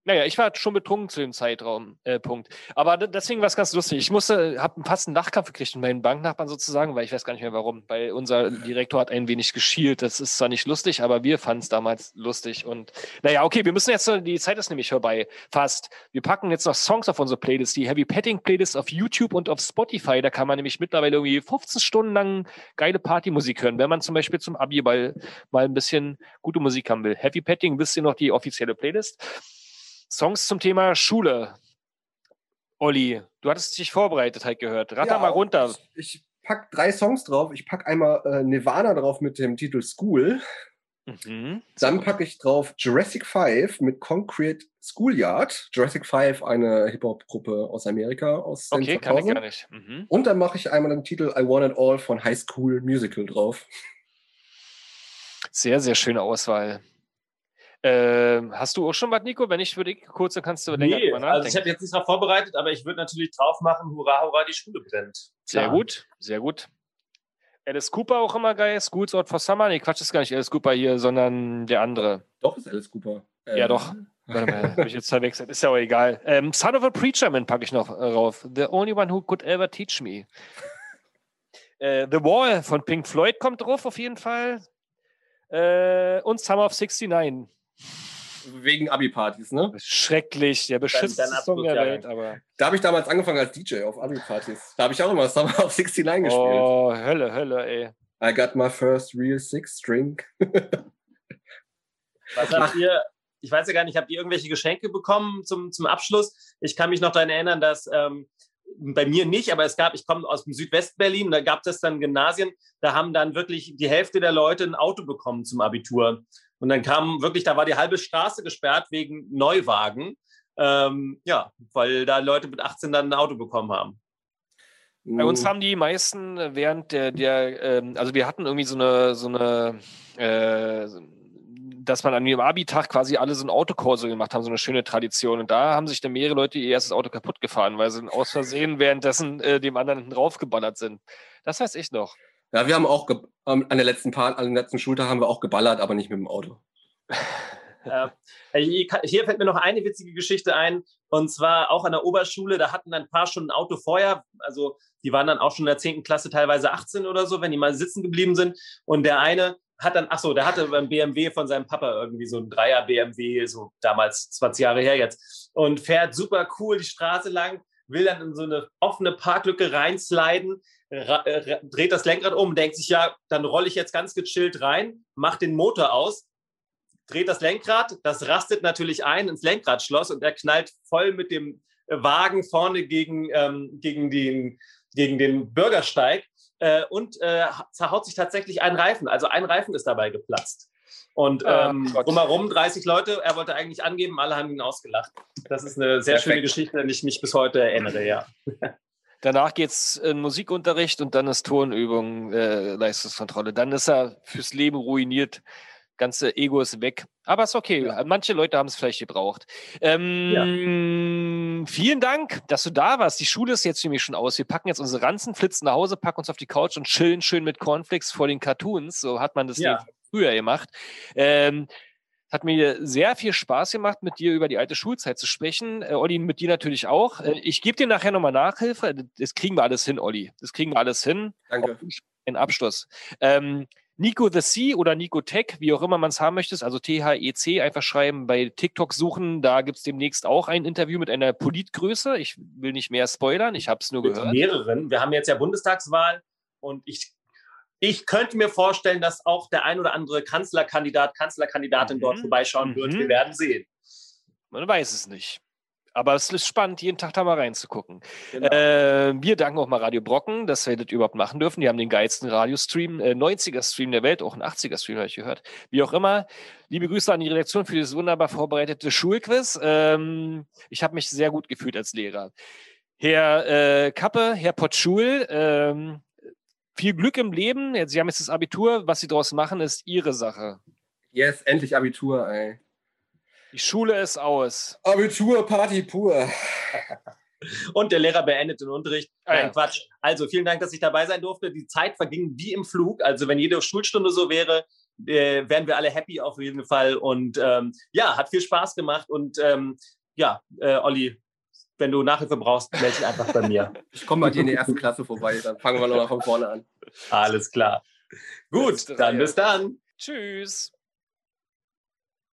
Naja, ich war schon betrunken zu dem Zeitraum, äh, Punkt. Aber d- deswegen war es ganz lustig. Ich musste, habe einen passenden Nachkampf gekriegt mit meinen Banknachbarn sozusagen, weil ich weiß gar nicht mehr warum. Weil unser Direktor hat ein wenig geschielt. Das ist zwar nicht lustig, aber wir fanden es damals lustig. Und naja, okay, wir müssen jetzt, die Zeit ist nämlich vorbei, fast. Wir packen jetzt noch Songs auf unsere Playlist, die Heavy Petting Playlist auf YouTube und auf Spotify. Da kann man nämlich mittlerweile irgendwie fünfzehn Stunden lang geile Partymusik hören, wenn man zum Beispiel zum Abiball mal ein bisschen gute Musik haben will. Heavy Petting, wisst ihr noch die offizielle Playlist? Songs zum Thema Schule. Olli, du hattest dich vorbereitet, halt gehört. Ratter Ja, mal runter. Ich, ich pack drei Songs drauf. Ich pack einmal äh, Nirvana drauf mit dem Titel School. Mhm. Dann packe ich drauf Jurassic five mit Concrete Schoolyard. Jurassic five, eine Hip-Hop-Gruppe aus Amerika, aus San Okay, kann ich Francisco. gar nicht. Mhm. Und dann mache ich einmal den Titel I Want It All von High School Musical drauf. Sehr, sehr schöne Auswahl. Ähm, hast du auch schon was, Nico? Wenn nicht, würde ich kurz, dann kannst du länger Nee, drüber nachdenken. also ich habe jetzt nicht darauf vorbereitet, aber ich würde natürlich drauf machen, hurra, hurra, die Schule brennt. Sehr Klar. gut, sehr gut. Alice Cooper auch immer geil. School's Out for Summer. Nee, Quatsch, ist gar nicht Alice Cooper hier, sondern der andere. Doch, ist Alice Cooper. Äh, Ja, doch. Warte mal, habe ich jetzt verwechselt. Ist ja auch egal. Ähm, Son of a Preacher Man packe ich noch äh, rauf. The only one who could ever teach me. äh, The Wall von Pink Floyd kommt drauf auf jeden Fall. Äh, und Summer of sixty-nine. Wegen Abi-Partys, ne? Schrecklich, der beschissenste dein Song der Abschlussjahrgang. Welt, aber. Da habe ich damals angefangen als D J auf Abi-Partys. Da habe ich auch immer Summer of sixty-nine gespielt. Oh, Hölle, Hölle, ey. I got my first real six-string. Was habt ihr, ich weiß ja gar nicht, habt ihr irgendwelche Geschenke bekommen zum, zum Abschluss? Ich kann mich noch daran erinnern, dass ähm, bei mir nicht, aber es gab, ich komme aus dem Südwestberlin, da gab es dann Gymnasien, da haben dann wirklich die Hälfte der Leute ein Auto bekommen zum Abitur. Und dann kam wirklich, da war die halbe Straße gesperrt wegen Neuwagen, ähm, ja, weil da Leute mit achtzehn dann ein Auto bekommen haben. Bei uns haben die meisten während der, der ähm, also wir hatten irgendwie so eine, so eine, äh, dass man an dem Abi-Tag quasi alle so ein Autokorso gemacht haben, so eine schöne Tradition. Und da haben sich dann mehrere Leute ihr erstes Auto kaputt gefahren, weil sie aus Versehen währenddessen äh, dem anderen hinten raufgeballert sind. Das weiß ich noch. Ja, wir haben auch ge- ähm, an der letzten Part, an dem letzten Schultag haben wir auch geballert, aber nicht mit dem Auto. Äh, hier fällt mir noch eine witzige Geschichte ein, und zwar auch an der Oberschule, da hatten ein paar schon ein Auto vorher, also die waren dann auch schon in der zehnten Klasse teilweise achtzehn oder so, wenn die mal sitzen geblieben sind, und der eine hat dann, ach so, der hatte beim B M W von seinem Papa irgendwie so ein Dreier B M W, so damals zwanzig Jahre her jetzt, und fährt super cool die Straße lang, will dann in so eine offene Parklücke reinsliden, ra- äh, dreht das Lenkrad um, denkt sich, ja, dann rolle ich jetzt ganz gechillt rein, macht den Motor aus, dreht das Lenkrad, das rastet natürlich ein ins Lenkradschloss und er knallt voll mit dem Wagen vorne gegen, ähm, gegen, den, gegen den Bürgersteig äh, und äh, zerhaut sich tatsächlich einen Reifen. Also ein Reifen ist dabei geplatzt. Und ähm, Oh, drumherum dreißig Leute, er wollte eigentlich angeben, alle haben ihn ausgelacht. Das ist eine sehr Perfekt. schöne Geschichte, an die ich mich bis heute erinnere, ja. Danach geht's in Musikunterricht und dann ist Turnübung, äh, Leistungskontrolle. Dann ist er fürs Leben ruiniert. Ganze Ego ist weg. Aber ist okay. Ja. Manche Leute haben es vielleicht gebraucht. Ähm, Vielen Dank, dass du da warst. Die Schule ist jetzt nämlich schon aus. Wir packen jetzt unsere Ranzen, flitzen nach Hause, packen uns auf die Couch und chillen schön mit Cornflakes vor den Cartoons. So hat man das Ja. früher gemacht. Ähm, Hat mir sehr viel Spaß gemacht, mit dir über die alte Schulzeit zu sprechen. Äh, Olli, mit dir natürlich auch. Äh, ich gebe dir nachher nochmal Nachhilfe. Das kriegen wir alles hin, Olli. Das kriegen wir alles hin. Danke. Ein Abschluss. Ähm, Nico the C oder Nico Tech, wie auch immer man es haben möchte, also T H E C, einfach schreiben, bei TikTok suchen. Da gibt es demnächst auch ein Interview mit einer Politgröße. Ich will nicht mehr spoilern, ich habe es nur Mit gehört. mehreren. Wir haben jetzt ja Bundestagswahl und ich, ich könnte mir vorstellen, dass auch der ein oder andere Kanzlerkandidat, Kanzlerkandidatin Mhm. dort vorbeischauen wird. Mhm. Wir werden sehen. Man weiß es nicht. Aber es ist spannend, jeden Tag da mal reinzugucken. Genau. Äh, wir danken auch mal Radio Brocken, dass wir das überhaupt machen dürfen. Die haben den geilsten Radiostream, äh, neunziger-Stream der Welt, auch ein achtziger-Stream, habe ich gehört. Wie auch immer. Liebe Grüße an die Redaktion für dieses wunderbar vorbereitete Schulquiz. Ähm, ich habe mich sehr gut gefühlt als Lehrer. Herr äh, Kappe, Herr Potschul, ähm, viel Glück im Leben. Jetzt, Sie haben jetzt das Abitur. Was Sie daraus machen, ist Ihre Sache. Yes, endlich Abitur, ey. Die Schule ist aus. Abitur, Party pur. Und der Lehrer beendet den Unterricht. Ah, Nein, ja. Quatsch. Also vielen Dank, dass ich dabei sein durfte. Die Zeit verging wie im Flug. Also wenn jede Schulstunde so wäre, äh, wären wir alle happy auf jeden Fall. Und ähm, ja, hat viel Spaß gemacht. Und ähm, ja, äh, Olli, wenn du Nachhilfe brauchst, melde dich einfach bei mir. Ich komme bei dir in die erste Klasse vorbei, dann fangen wir noch von vorne an. Alles klar. Gut, dann bis dann. Tschüss.